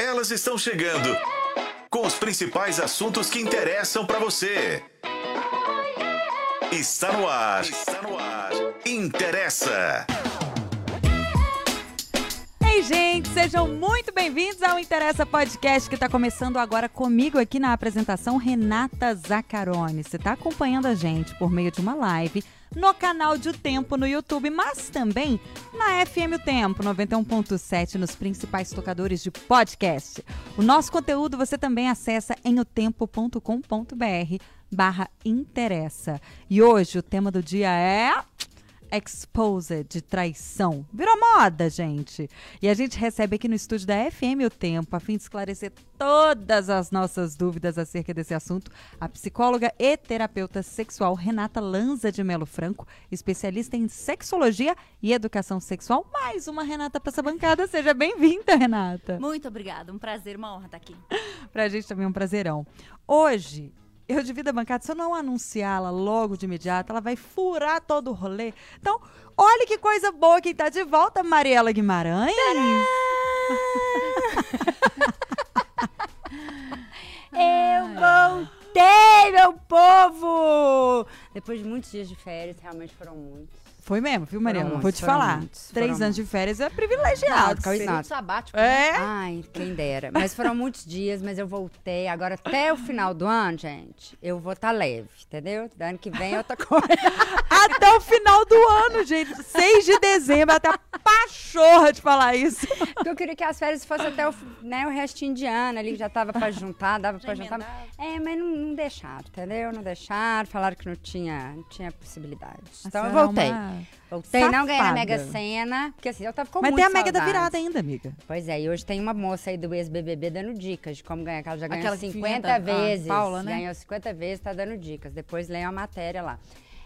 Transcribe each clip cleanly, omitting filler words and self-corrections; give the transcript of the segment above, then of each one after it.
Elas estão chegando com os principais assuntos que interessam para você. Está no ar. Interessa. Ei, gente, sejam muito bem-vindos ao Interessa Podcast, que está começando agora comigo aqui na apresentação, Renata Zaccaroni. Você está acompanhando a gente por meio de uma live no canal de O Tempo no YouTube, mas também na FM O Tempo 91.7 nos principais tocadores de podcast. O nosso conteúdo você também acessa em otempo.com.br/interessa. E hoje o tema do dia é Exposed, de traição. Virou moda, gente. E a gente recebe aqui no estúdio da FM O Tempo, a fim de esclarecer todas as nossas dúvidas acerca desse assunto, a psicóloga e terapeuta sexual Renata Lanza de Melo Franco, especialista em sexologia e educação sexual. Mais uma Renata para essa bancada. Seja bem-vinda, Renata. Muito obrigada. Um prazer, uma honra estar aqui. Pra gente também é um prazerão. Hoje, eu divido a bancada, se eu não anunciá-la logo de imediato, ela vai furar todo o rolê. Então, olha que coisa boa quem tá de volta, Mariela Guimarães. Eu voltei, meu povo! Depois de muitos dias de férias, realmente foram muitos. Foi mesmo, viu, Mariela? Foram Vou te muitos, falar. muitos, 3 anos de férias é privilegiado. Período sabático. É? Ai, quem dera. Mas foram muitos dias, mas eu voltei. Agora, até o final do ano, gente, eu vou estar leve, entendeu? Do ano que vem é outra coisa. Até o final do ano, gente. 6 de dezembro, até a pachorra de falar isso. Porque eu queria que as férias fossem até o restinho de ano ali, que já tava pra juntar, dava pra juntar. Mas não deixaram, entendeu? Não deixaram, falaram que não tinha possibilidade. Então eu voltei. Voltei, não ganhei na Mega Sena, porque assim, eu tava com Mas muita tem a Mega da saudade. Virada ainda, amiga. Pois é, e hoje tem uma moça aí do ex-BBB dando dicas de como ganhar, que ela já ganhou Aquela que 50 inventa, vezes. Paula, né? Ganhou 50 vezes, tá dando dicas. Depois leia a matéria lá.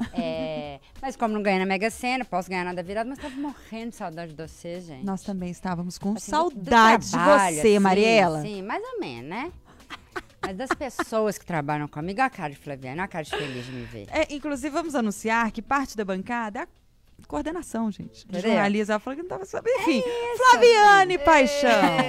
Mas como não ganhei na Mega Sena, posso ganhar nada virada, mas tava morrendo de saudade de vocês, gente. Nós também estávamos com Assim, saudade do de trabalho, você, assim, Mariela. Sim, mais ou menos, né? Mas das pessoas que trabalham comigo, a cara de Flaviana, a cara de feliz de me ver. Inclusive, vamos anunciar que parte da bancada é a coordenação, gente. De Entendeu? jornalismo. Ela falou que não estava sabendo. Enfim, Flaviane Paixão.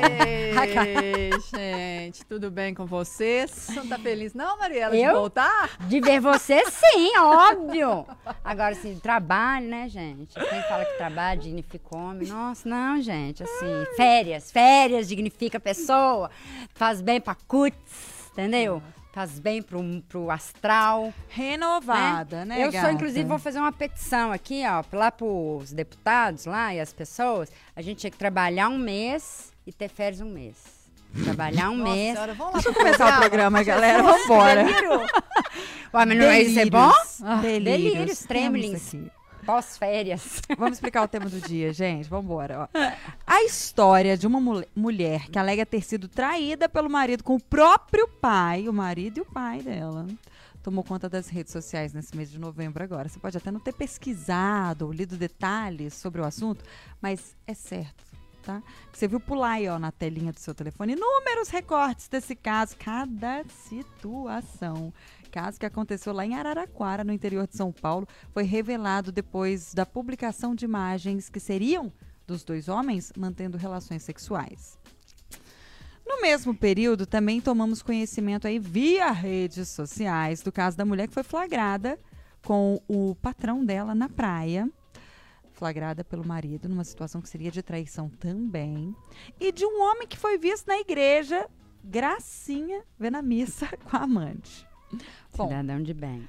Ei, gente, tudo bem com vocês? Você não tá feliz não, Mariela, de Eu? voltar? De ver você, sim, óbvio. Agora, assim, trabalho, né, gente? Quem fala que trabalho dignifica o homem. Nossa, não, gente, assim, férias dignifica a pessoa, faz bem pra cutis, entendeu? Faz bem pro astral. Renovada, né, Eu gata? sou, inclusive, vou fazer uma petição aqui, ó, lá pros deputados lá e as pessoas. A gente tinha que trabalhar um mês e ter férias um mês. Trabalhar um Nossa mês. senhora, vamos lá Deixa eu pro começar o programa, galera. Vambora. Ué, mas não é isso, é bom? Delírios. Tremlins. Temos aqui. Pós-férias. Vamos explicar o tema do dia, gente. Vambora. Ó. A história de uma mulher que alega ter sido traída pelo marido com o próprio pai, o marido e o pai dela, tomou conta das redes sociais nesse mês de novembro agora. Você pode até não ter pesquisado ou lido detalhes sobre o assunto, mas é certo, tá? Você viu pular aí, ó, na telinha do seu telefone inúmeros recortes desse caso, cada situação. Caso que aconteceu lá em Araraquara, no interior de São Paulo, foi revelado depois da publicação de imagens que seriam dos 2 homens mantendo relações sexuais. No mesmo período, também tomamos conhecimento aí via redes sociais do caso da mulher que foi flagrada com o patrão dela na praia, flagrada pelo marido numa situação que seria de traição também, e de um homem que foi visto na igreja, gracinha, vendo a missa com a amante. Bom, Cidadão de bem.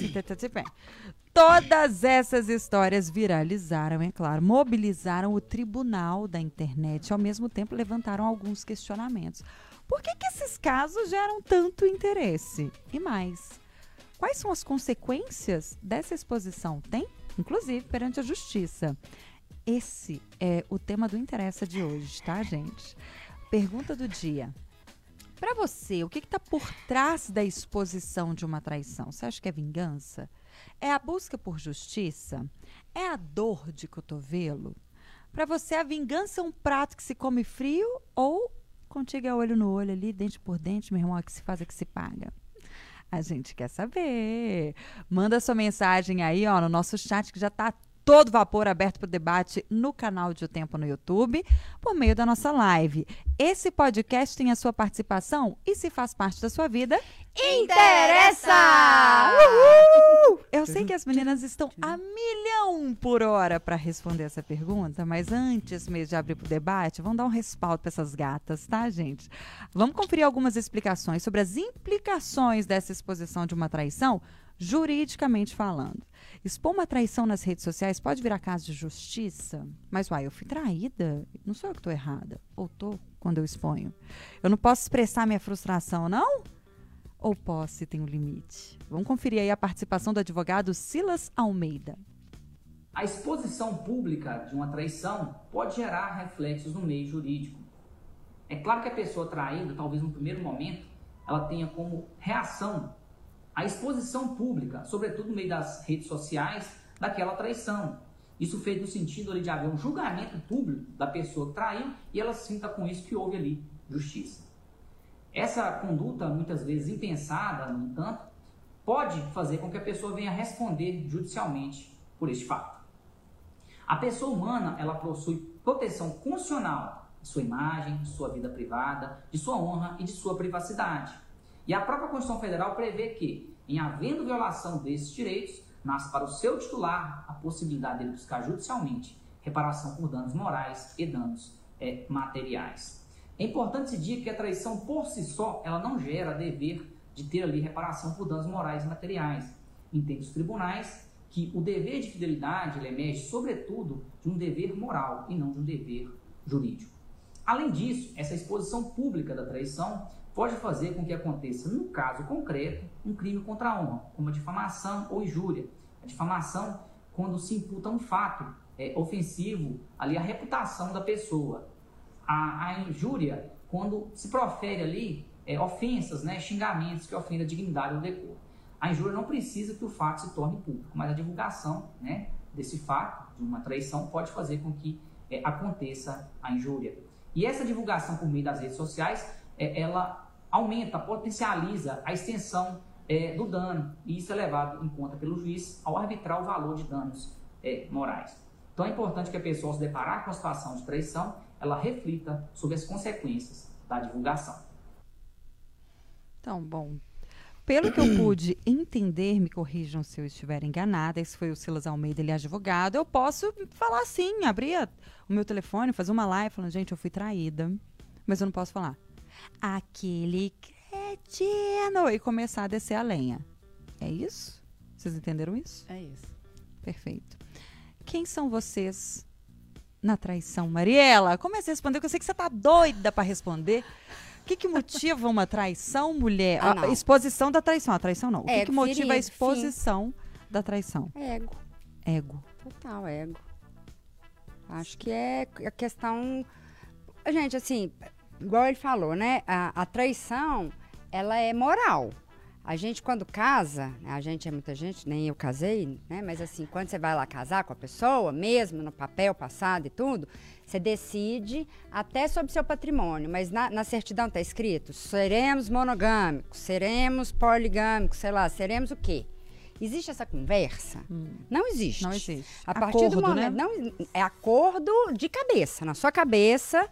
todas essas histórias viralizaram, é claro, mobilizaram o tribunal da internet, ao mesmo tempo levantaram alguns questionamentos. Por que esses casos geram tanto interesse? E mais, quais são as consequências dessa exposição? Tem, inclusive, perante a justiça. Esse é o tema do Interessa de hoje, tá, gente? Pergunta do dia. Para você, o que está por trás da exposição de uma traição? Você acha que é vingança? É a busca por justiça? É a dor de cotovelo? Para você, a vingança é um prato que se come frio ou contigo é olho no olho ali, dente por dente, meu irmão, é que se faz, é que se paga? A gente quer saber. Manda sua mensagem aí, ó, no nosso chat que já tá todo vapor, aberto para o debate no canal de O Tempo no YouTube, por meio da nossa live. Esse podcast tem a sua participação e se faz parte da sua vida, Interessa! eu sei que as meninas estão a 1.000.000 por hora para responder essa pergunta, mas antes mesmo de abrir para o debate, vamos dar um respaldo para essas gatas, tá, gente? Vamos conferir algumas explicações sobre as implicações dessa exposição de uma traição, juridicamente falando. Expor uma traição nas redes sociais pode virar caso de justiça? Mas, eu fui traída? Não sou eu que estou errada. Ou tô quando eu exponho? Eu não posso expressar minha frustração, não? Ou posso e tem um limite? Vamos conferir aí a participação do advogado Silas Almeida. A exposição pública de uma traição pode gerar reflexos no meio jurídico. É claro que a pessoa traída, talvez no primeiro momento, ela tenha como reação a exposição pública, sobretudo no meio das redes sociais, daquela traição. Isso feito no sentido ali de haver um julgamento público da pessoa que traiu e ela sinta com isso que houve ali justiça. Essa conduta, muitas vezes impensada, no entanto, pode fazer com que a pessoa venha responder judicialmente por este fato. A pessoa humana, ela possui proteção constitucional de sua imagem, de sua vida privada, de sua honra e de sua privacidade. E a própria Constituição Federal prevê que, em havendo violação desses direitos, nasce para o seu titular a possibilidade de ele buscar judicialmente reparação por danos morais e danos materiais. É importante se dizer que a traição por si só, ela não gera dever de ter ali reparação por danos morais e materiais. Entende os tribunais que o dever de fidelidade ele emerge, sobretudo, de um dever moral e não de um dever jurídico. Além disso, essa exposição pública da traição pode fazer com que aconteça, no caso concreto, um crime contra a honra, como a difamação ou injúria. A difamação, quando se imputa um fato ofensivo ali à reputação da pessoa. A injúria, quando se profere ali ofensas, xingamentos que ofendem a dignidade ou decoro. A injúria não precisa que o fato se torne público, mas a divulgação desse fato, de uma traição, pode fazer com que aconteça a injúria. E essa divulgação por meio das redes sociais, ela aumenta, potencializa a extensão do dano, e isso é levado em conta pelo juiz ao arbitrar o valor de danos morais. Então é importante que a pessoa, ao se deparar com a situação de traição, ela reflita sobre as consequências da divulgação. Então, bom, pelo que eu pude entender, me corrijam se eu estiver enganada, esse foi o Silas Almeida, ele é advogado, eu posso falar assim, abrir o meu telefone, fazer uma live falando, gente, eu fui traída, mas eu não posso falar aquele cretino e começar a descer a lenha. É isso? Vocês entenderam isso? É isso. Perfeito. Quem são vocês na traição? Mariela, comece a responder, porque eu sei que você tá doida para responder. O que motiva uma traição, mulher? A exposição da traição. A traição não. O que motiva a exposição da traição? Ego. Ego. Total, ego. Acho que é a questão... Gente, assim, igual ele falou, né? A traição, ela é moral. A gente, quando casa, a gente é muita gente, nem eu casei, né? Mas assim, quando você vai lá casar com a pessoa, mesmo no papel passado e tudo, você decide até sobre seu patrimônio, mas na certidão está escrito, seremos monogâmicos, seremos poligâmicos, sei lá, seremos o quê? Existe essa conversa? Não existe. Não existe. A partir do momento, né? É acordo de cabeça, na sua cabeça.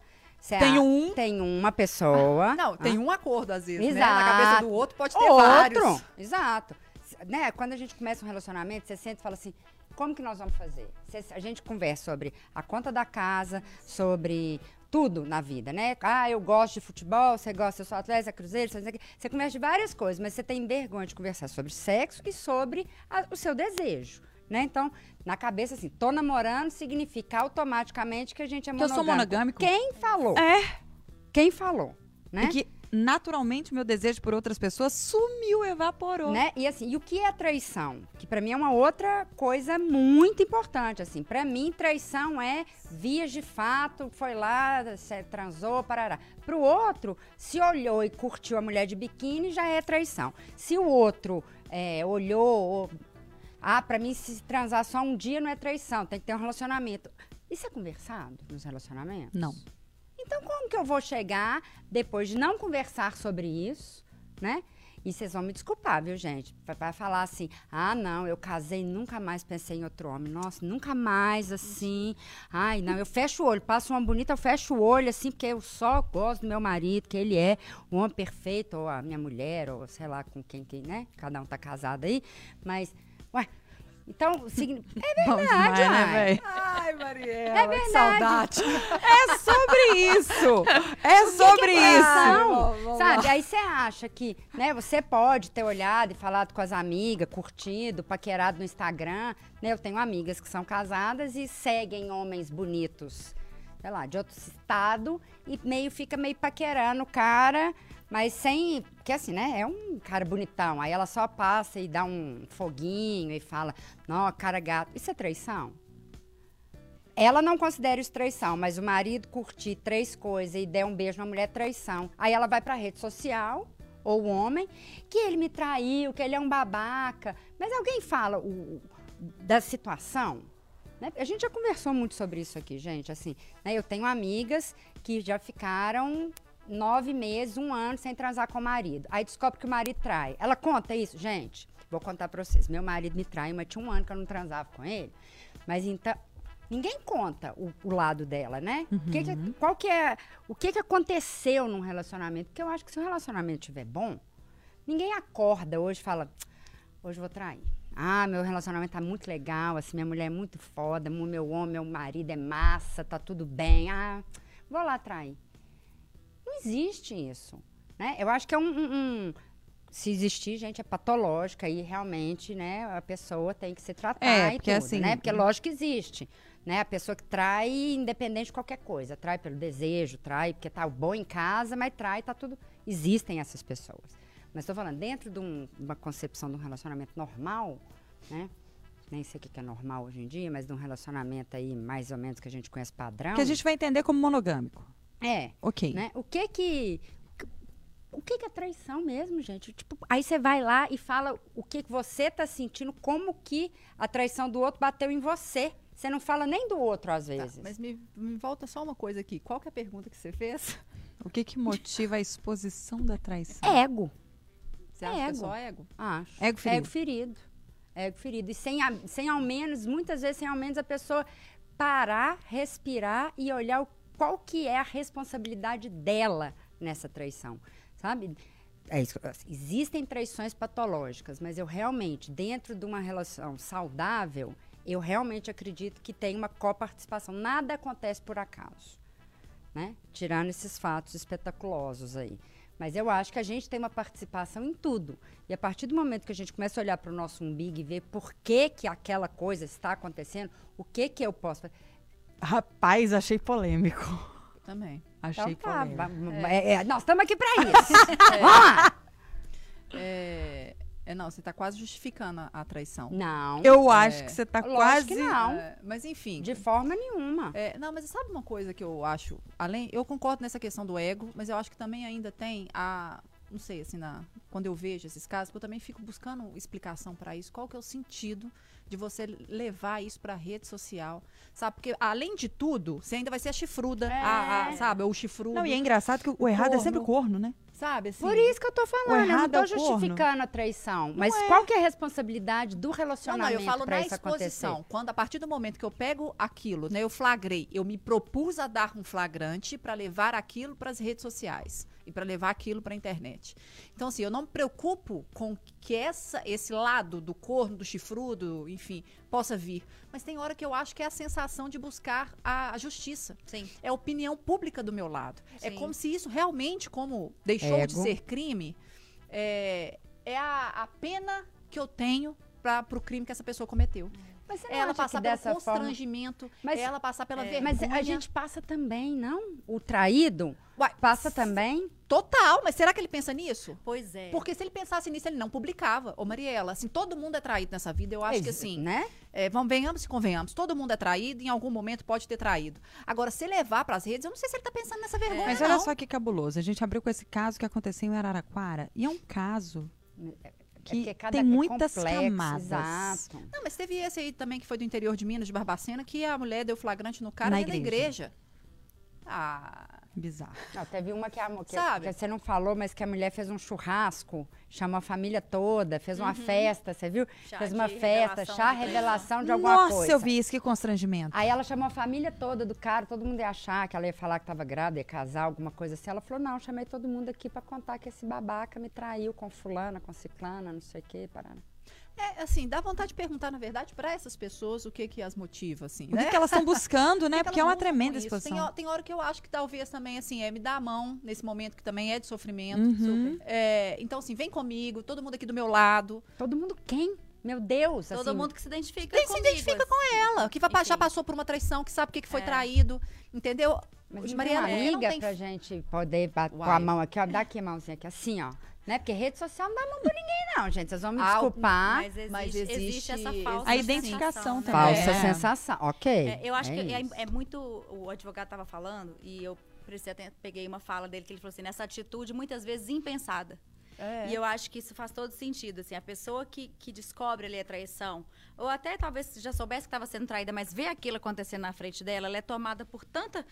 Tem uma pessoa. Não, tem um acordo às vezes, exato. Né? Na cabeça do outro pode ter vários. Exato. Né? Quando a gente começa um relacionamento, você sente e fala assim, como que nós vamos fazer? A gente conversa sobre a conta da casa, sobre tudo na vida, né? Eu gosto de futebol, você gosta, eu sou atleta, cruzeiro, você conversa de várias coisas, mas você tem vergonha de conversar sobre sexo e sobre o seu desejo. Né? Então, na cabeça, assim, tô namorando significa automaticamente que a gente é monogâmico. Que eu sou monogâmico? Quem falou? Quem falou? Né? E que, naturalmente, meu desejo por outras pessoas sumiu, evaporou. Né? E assim, e o que é traição? Que pra mim é uma outra coisa muito importante, assim. Pra mim, traição é vias de fato, foi lá, transou, parará. Pro outro, se olhou e curtiu a mulher de biquíni, já é traição. Se o outro olhou... pra mim, se transar só um dia não é traição, tem que ter um relacionamento. Isso é conversado nos relacionamentos? Não. Então, como que eu vou chegar, depois de não conversar sobre isso, né? E vocês vão me desculpar, viu, gente? Vai falar assim, ah, não, eu casei e nunca mais pensei em outro homem. Nossa, nunca mais, assim. Ai, não, eu fecho o olho, passo uma bonita, eu fecho o olho, assim, porque eu só gosto do meu marido, que ele é o homem perfeito, ou a minha mulher, ou sei lá com quem, né? Cada um tá casado aí. Mas, ué, então, é Bom verdade, demais, né, ué. véi? Ai, Mariela, É que verdade. saudade. É sobre isso! É sobre isso! Vamos Sabe? Aí você acha que, né, você pode ter olhado e falado com as amigas, curtido, paquerado no Instagram, né? Eu tenho amigas que são casadas e seguem homens bonitos, sei lá, de outro estado e fica meio paquerando o cara, mas sem, porque assim, né, é um cara bonitão, aí ela só passa e dá um foguinho e fala, não, cara gato, isso é traição? Ela não considera isso traição, mas o marido curtir 3 coisas e der um beijo na mulher é traição. Aí ela vai pra rede social, ou o homem, que ele me traiu, que ele é um babaca. Mas alguém fala da situação? Né? A gente já conversou muito sobre isso aqui, gente. Assim, né? Eu tenho amigas que já ficaram 9 meses, 1 ano sem transar com o marido. Aí descobre que o marido trai. Ela conta isso? Gente, vou contar pra vocês. Meu marido me trai, mas tinha 1 ano que eu não transava com ele. Mas então... Ninguém conta o lado dela, né? O que aconteceu num relacionamento? Porque eu acho que se o relacionamento estiver bom, ninguém acorda hoje e fala, hoje eu vou trair. Ah, meu relacionamento tá muito legal, assim, minha mulher é muito foda, meu homem, meu marido é massa, tá tudo bem. Ah, vou lá trair. Não existe isso, né? Eu acho que é se existir, gente, é patológica e realmente, né, a pessoa tem que se tratar porque tudo, assim, né? Porque lógico que existe. Né, a pessoa que trai independente de qualquer coisa, trai pelo desejo, trai porque tá bom em casa, mas trai, tá tudo... Existem essas pessoas. Mas estou falando, dentro de uma concepção de um relacionamento normal, né, nem sei o que é normal hoje em dia, mas de um relacionamento aí mais ou menos que a gente conhece padrão... Que a gente vai entender como monogâmico. É. Ok. Né, o que é traição mesmo, gente? Tipo, aí você vai lá e fala o que você tá sentindo, como que a traição do outro bateu em você. Você não fala nem do outro, às vezes. Mas me volta só uma coisa aqui. Qual que é a pergunta que você fez? O que motiva a exposição da traição? Ego. Você acha que é só ego? Acho. Ego ferido. Ego ferido. Ego ferido. E sem ao menos, muitas vezes, sem ao menos a pessoa parar, respirar e olhar qual que é a responsabilidade dela nessa traição. Sabe? Existem traições patológicas, mas eu realmente, dentro de uma relação saudável... Eu realmente acredito que tem uma coparticipação. Nada acontece por acaso, né? Tirando esses fatos espetaculosos aí. Mas eu acho que a gente tem uma participação em tudo. E a partir do momento que a gente começa a olhar para o nosso umbigo e ver por que aquela coisa está acontecendo, o que eu posso fazer? Rapaz, achei polêmico. Também. Achei Então, tá, polêmico. nós estamos aqui para isso. Vamos lá. Não, você está quase justificando a traição. Não. Eu acho que você tá Lógico quase... que não. Mas enfim. De forma nenhuma. Não, mas sabe uma coisa que eu acho? Eu concordo nessa questão do ego, mas eu acho que também ainda tem não sei, assim, quando eu vejo esses casos, eu também fico buscando explicação para isso. Qual que é o sentido de você levar isso para rede social, sabe? Porque, além de tudo, você ainda vai ser a chifruda, sabe? Ou o chifrudo. Não, e é engraçado que o errado é corno. sempre o corno, né? Sabe, assim? Por isso que eu tô falando, eu não errado é tô o corno. justificando a traição. Mas qual que é a responsabilidade do Não, relacionamento eu falo pra na isso exposição. acontecer? Quando, a partir do momento que eu pego aquilo, né, eu flagrei, eu me propus a dar um flagrante para levar aquilo para as redes sociais e para levar aquilo para a internet. Então, assim, eu não me preocupo com que esse lado do corno, do chifrudo, enfim, possa vir. Mas tem hora que eu acho que é a sensação de buscar a justiça. Sim. É a opinião pública do meu lado. É Sim. como se isso realmente, como deixou de ser crime, é a pena que eu tenho para o crime que essa pessoa cometeu. Mas você não Ela acha passar que pelo dessa forma... constrangimento, Mas- ela passar pela vergonha. Mas a gente passa também, não? O traído Uai, passa também? Total, mas será que ele pensa nisso? Pois é. Porque se ele pensasse nisso, ele não publicava. Ô, Mariela, assim, todo mundo é traído nessa vida. Eu acho que assim, Né? venhamos e convenhamos, todo mundo é traído, em algum momento pode ter traído. Agora, se levar pras redes, eu não sei se ele tá pensando nessa vergonha, Mas não. olha só que cabuloso. A gente abriu com esse caso que aconteceu em Araraquara. E é um caso que porque cada tem muitas complexo, camadas. Exato. Não, mas teve esse aí também que foi do interior de Minas, de Barbacena, que a mulher deu flagrante no cara Na dentro da igreja. igreja. Bizarro. Não, teve uma que Sabe? você não falou, mas que a mulher fez um churrasco, chamou a família toda, fez uma festa, você viu? Chá Fez de uma festa, revelação chá, de revelação de alguma Nossa, coisa. eu vi isso, que constrangimento. Aí ela chamou a família toda do cara, todo mundo ia achar que ela ia falar que tava grávida, ia casar, alguma coisa assim. Ela falou, não, chamei todo mundo aqui pra contar que esse babaca me traiu com fulana, com ciclana, não sei o quê, parada. Assim, dá vontade de perguntar, na verdade, para essas pessoas o que as motiva, assim, O né? que elas estão buscando, né? que Porque é elas uma buscam tremenda com isso? exposição. Tem hora que eu acho que talvez também, assim, me dar a mão nesse momento que também é de sofrimento. Uhum. Então, assim, vem comigo, todo mundo aqui do meu lado. Todo mundo quem? Meu Deus, Todo assim, mundo que se identifica Se comigo, identifica com ela, que Enfim. já passou por uma traição, que sabe o que foi traído, entendeu? Mas Hoje, não tem uma Mariana, não amiga tem pra gente poder pôr Uai. a mão aqui, ó, dá aqui a mãozinha aqui, assim, ó. Né? Porque rede social não dá mão pra ninguém, não, gente. Vocês vão me desculpar. Mas existe essa falsa A identificação sensação, né? também. Falsa É. sensação, ok. Eu acho que isso. é muito. O advogado estava falando, e eu peguei uma fala dele que ele falou assim: nessa atitude muitas vezes impensada. E eu acho que isso faz todo sentido. Assim, a pessoa que descobre ali a traição, ou até talvez já soubesse que estava sendo traída, mas vê aquilo acontecendo na frente dela, ela é tomada por tanta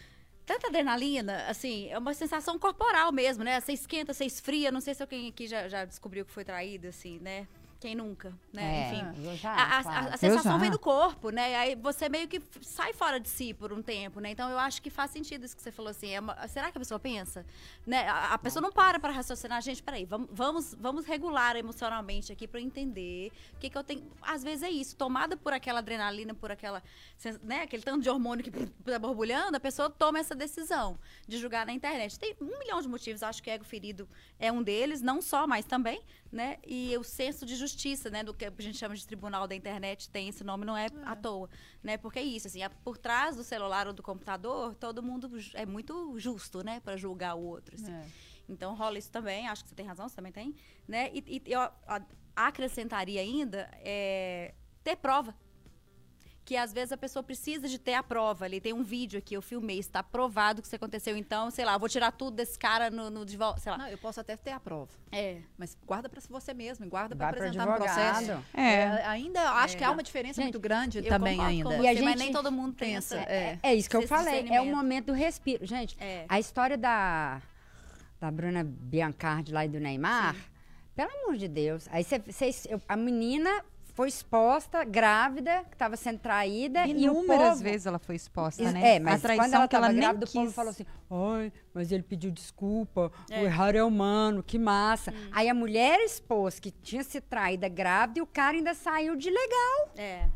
adrenalina, assim, é uma sensação corporal mesmo, né? Você esquenta, você esfria, não sei se alguém aqui já descobriu que foi traído, assim, né? Quem nunca, né? Enfim. eu já, A Eu sensação já. vem do corpo, né? Aí você meio que sai fora de si por um tempo, né? Então eu acho que faz sentido isso que você falou assim. Será que a pessoa pensa? Né? A pessoa não para raciocinar. Gente, peraí, vamos regular emocionalmente aqui pra eu entender o que eu tenho. Às vezes é isso, tomada por aquela adrenalina, por aquela, né? Aquele tanto de hormônio que tá borbulhando, a pessoa toma essa decisão de julgar na internet. Tem 1 milhão de motivos, eu acho que ego ferido é um deles, não só, mas também, né? E o senso de justiça, né? Do que a gente chama de tribunal da internet, tem esse nome, não é à toa, né? Porque é isso, assim, por trás do celular ou do computador, todo mundo é muito justo, né? Para julgar o outro, assim. Então rola isso também, acho que você tem razão, você também tem, né? E eu acrescentaria ainda ter prova. Que às vezes a pessoa precisa de ter a prova ali. Tem um vídeo aqui, eu filmei, está provado que isso aconteceu. Então, sei lá, eu vou tirar tudo desse cara no de volta, sei lá. Não, eu posso até ter a prova. Mas guarda pra você mesmo, e guarda pra Vai pro apresentar no processo. advogado. Ainda acho que há uma diferença muito grande Eu também concordo ainda. com E você, a mas gente nem todo mundo tem pensa, essa... É isso que eu esse falei, é o discernimento. momento do respiro. Gente, a história da Bruna Biancardi lá e do Neymar, pelo amor de Deus, aí a menina foi exposta, grávida, que estava sendo traída, e o Inúmeras povo... vezes ela foi exposta, né? mas a traição quando ela que ela estava nem grávida, o povo quis. falou assim, ai, mas ele pediu desculpa, o errado é humano, que massa. Aí a mulher expôs que tinha se traída grávida e o cara ainda saiu de legal.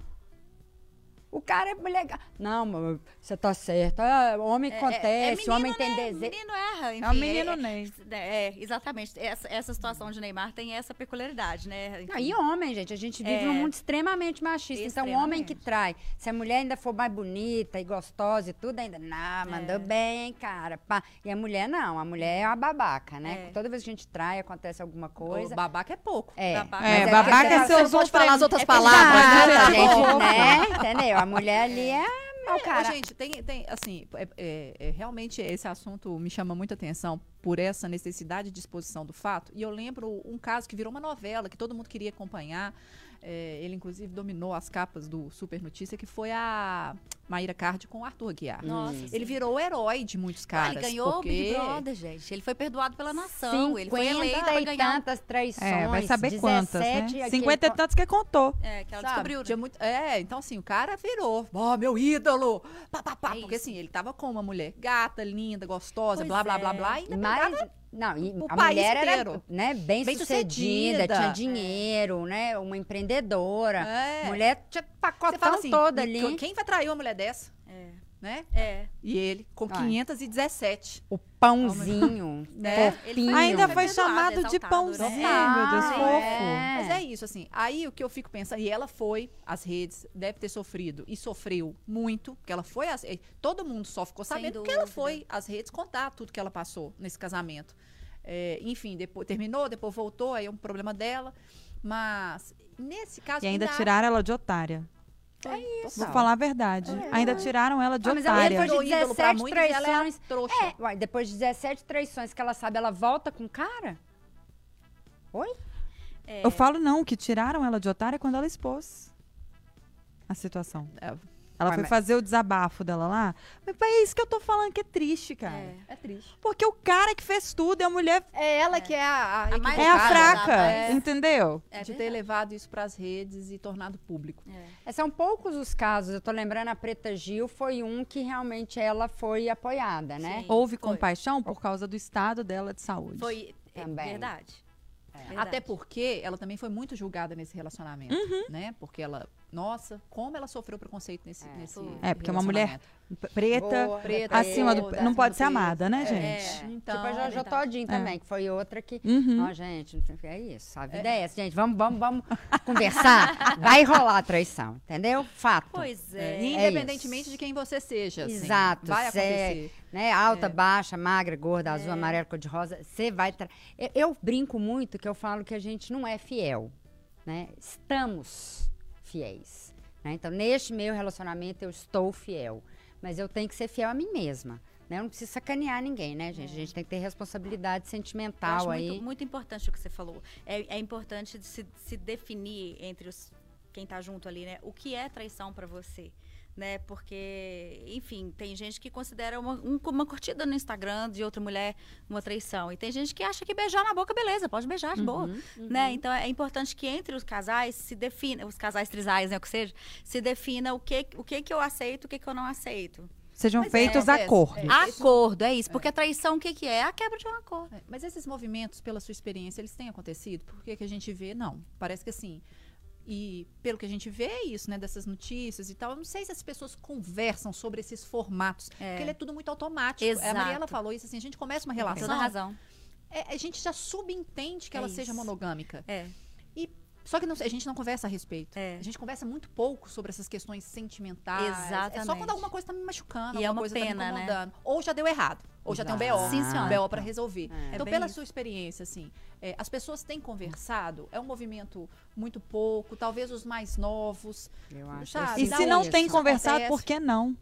O cara é legal. Não, mas você tá certa. Homem acontece, menino, homem tem né? desejo. Menino erra, enfim. É o menino Ney. Exatamente. Essa situação de Neymar tem essa peculiaridade, né? Enfim. Não, e homem, gente, a gente vive num mundo extremamente machista. Então, o homem que trai, se a mulher ainda for mais bonita e gostosa e tudo, ainda, não, mandou bem, cara. Pá. E a mulher não, a mulher é uma babaca, né? Toda vez que a gente trai, acontece alguma coisa. O babaca é pouco. Babaca. Mas babaca porque é você seus Você pode falar as outras Exato, palavras, né? gente, né? Entendeu? A mulher ali é mau cara. Gente, tem assim, realmente esse assunto me chama muita atenção por essa necessidade de exposição do fato. E eu lembro um caso que virou uma novela, que todo mundo queria acompanhar. Ele, inclusive, dominou as capas do Super Notícia, que foi a Maíra Cardi com o Arthur Aguiar. Nossa, Ele virou o herói de muitos caras. Ele ganhou porque... o Big Brother, gente. Ele foi perdoado pela nação. Ele foi eleito 50 pra e ganhar. tantas traições. Vai saber quantas, né? 17 50 e tantos que contou. Que ela Sabe? descobriu, né? Tinha muito, então assim, o cara virou, meu ídolo, pá, É porque isso. assim, ele tava com uma mulher gata, linda, gostosa, Pois blá, blá, é. blá, blá, e ainda Mas, pegava não, e o a país mulher era, inteiro. né, bem sucedida, Bem-sucedida. tinha dinheiro, né, uma empreendedora. É. Mulher tinha Você pacotão fala assim, todo ali. quem vai trair uma mulher dessa? Né? E ele, com Ai. 517. O pãozinho, Né? fofinho. Ainda foi foi perdoado, chamado de exaltado, pãozinho, né? meu Deus, Ah, fofo. Mas é isso, assim. Aí o que eu fico pensando, e ela foi às redes, deve ter sofrido, e sofreu muito, porque ela foi às todo mundo só ficou Sem sabendo porque ela dúvida. foi às redes contar tudo que ela passou nesse casamento. Enfim, depois terminou, depois voltou, aí é um problema dela. Mas, nesse caso... E ainda tiraram ela de otária. isso. Vou falar a verdade. Ainda tiraram ela de Ah, mas ela otária. depois de Virou ídolo pra 17 muitos, ela é a traições. trouxa. Uai, depois de 17 traições que ela sabe, ela volta com o cara? Oi? Eu falo não, que tiraram ela de otária quando ela expôs a situação. Ela foi fazer o desabafo dela lá. Mas é isso que eu tô falando que é triste, cara. É triste. Porque o cara que fez tudo e a mulher É ela que é a mais é a equivocada, fraca, né? entendeu? É de ter verdade. levado isso para as redes e tornado público. São poucos os casos. Eu tô lembrando, a Preta Gil foi um que realmente ela foi apoiada, né? Sim. Houve Foi. compaixão por causa do estado dela de saúde. Foi Também. verdade. Verdade. Até porque ela também foi muito julgada nesse relacionamento, né? Porque ela, nossa, como ela sofreu preconceito nesse Porque uma mulher preta, Boa, preta, acima do... toda, Não pode acima ser do amada, né, peso. gente? Então, Tipo a Jojo verdade. Todinho também, que foi outra que... Uhum. Ó, gente, não sei o que é isso. A vida é essa, gente. Vamos conversar. Vai rolar a traição, entendeu? Fato. Pois é. independentemente de quem você seja. Assim, Exato. vai cê- acontecer. né, alta, baixa, magra, gorda, azul, amarelo, cor de rosa. Você vai... Eu brinco muito que eu falo que a gente não é fiel, né? Estamos fiéis. Né? Então, neste meu relacionamento, eu estou fiel. Mas eu tenho que ser fiel a mim mesma. Né? Eu não preciso sacanear ninguém, né, gente? A gente tem que ter responsabilidade Eu sentimental acho aí. muito importante o que você falou. É importante de se definir entre quem tá junto ali, né? O que é traição pra você? Né? Porque, enfim, tem gente que considera uma curtida no Instagram de outra mulher uma traição. E tem gente que acha que beijar na boca, beleza, pode beijar de boa. Né? Então, é importante que entre os casais se defina, os casais trisais, né, o que seja, se defina o que eu aceito, o que eu não aceito. Sejam Mas feitos acontece. acordos. Acordo, é isso. Porque a traição, o que é? A quebra de um acordo. Mas esses movimentos, pela sua experiência, eles têm acontecido? Por que a gente vê? Não. Parece que assim... E pelo que a gente vê é isso, né? Dessas notícias e tal. Eu não sei se as pessoas conversam sobre esses formatos. Porque ele é tudo muito automático. A Exato. Mariela falou isso assim, a gente começa uma Tem relação. toda razão. A gente já subentende que É ela isso. seja monogâmica. É. Só que a gente não conversa a respeito. É. A gente conversa muito pouco sobre essas questões sentimentais. É só Exatamente. quando alguma coisa tá me machucando, E é alguma uma coisa tá pena, me né? incomodando. Ou já deu errado. Ou já tem um BO. Sim, senhora. BO para resolver. É Então, bem pela isso. sua experiência, assim, as pessoas têm conversado? É um movimento muito pouco, talvez os mais novos. Eu acho. Sabe? E Da se não onde tem isso conversado, acontece? por que não?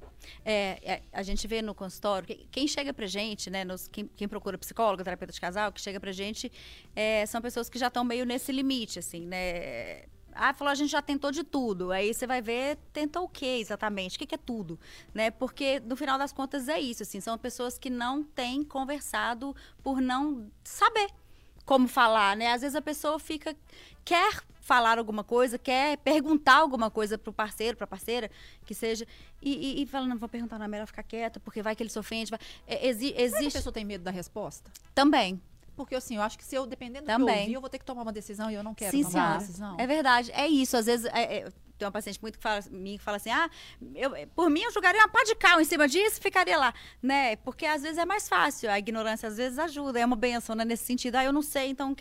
A gente vê no consultório, quem chega pra gente, né, quem procura psicólogo, terapeuta de casal, que chega pra gente, são pessoas que já estão meio nesse limite, assim, né? Falou, a gente já tentou de tudo. Aí você vai ver, tentou o quê exatamente? O que é tudo? Né? Porque, no final das contas, é isso, assim, são pessoas que não têm conversado por não saber como falar, né? Às vezes a pessoa quer falar alguma coisa, quer perguntar alguma coisa pro parceiro, pra parceira, que seja, e fala, não, vou perguntar, não, é melhor ficar quieta, porque vai que ele se ofende. Será que a Existe pessoa tem medo da resposta? também. Porque, assim, eu acho que se eu, dependendo do que eu Também. ouvir, eu vou ter que tomar uma decisão e eu não quero Sim, tomar senhora. uma decisão. É verdade, é isso. Às vezes, tem uma paciente muito que fala assim, por mim eu jogaria uma pá de cal em cima disso e ficaria lá, né? Porque às vezes é mais fácil, a ignorância às vezes ajuda, é uma benção, né? Nesse sentido, eu não sei, então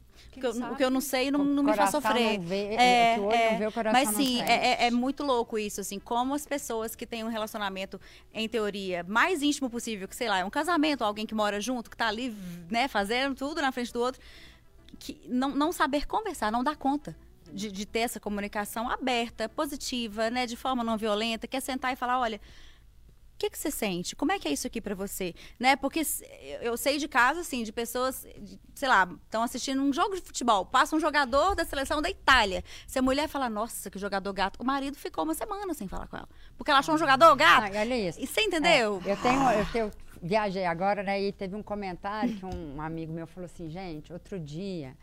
o que eu não sei não me faz Coração sofrer. não vê, o que o olho não vê, o coração Mas sim, não sente. é muito louco isso, assim, como as pessoas que têm um relacionamento, em teoria, mais íntimo possível, que sei lá, é um casamento, alguém que mora junto, que tá ali, né, fazendo tudo na frente do outro, que não saber conversar, não dar conta. De ter essa comunicação aberta, positiva, né, de forma não violenta, quer sentar e falar, olha, o que você sente? Como é que é isso aqui pra você? Né? Porque eu sei de casos, assim, de pessoas, sei lá, estão assistindo um jogo de futebol, passa um jogador da seleção da Itália. Se a mulher fala, nossa, que jogador gato, o marido ficou uma semana sem falar com ela. Porque ela achou um jogador gato. Olha isso. E você entendeu? Eu viajei agora, né, e teve um comentário que um amigo meu falou assim, gente, outro dia,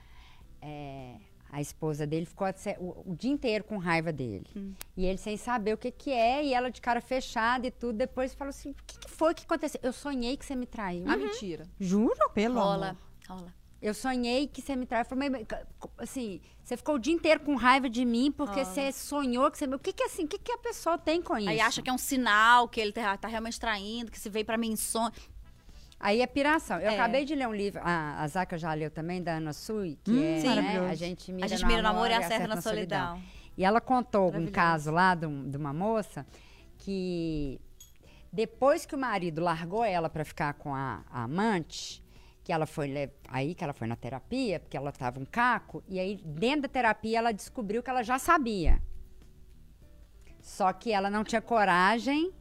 a esposa dele ficou o dia inteiro com raiva dele. E ele sem saber o que é, e ela de cara fechada e tudo, depois falou assim, o que foi que aconteceu? Eu sonhei que você me traiu. Mentira. Juro? Pelo Rola, amor. rola. Eu sonhei que você me traiu. Eu falei, mas, assim, você ficou o dia inteiro com raiva de mim porque você sonhou que você... O que assim, o que a pessoa tem com isso? Aí acha que é um sinal, que ele tá realmente traindo, que se veio pra mim em sonho. Aí é piração. Eu acabei de ler um livro, a Zaca já leu também, da Ana Sui, que sim. né, Maravilhoso. A gente A gente mira no amor e acerta na solidão. solidão. E ela contou um Maravilhoso. caso lá de uma moça que depois que o marido largou ela para ficar com a amante, que ela foi que ela foi na terapia, porque ela estava um caco, e aí dentro da terapia ela descobriu que ela já sabia. Só que ela não tinha coragem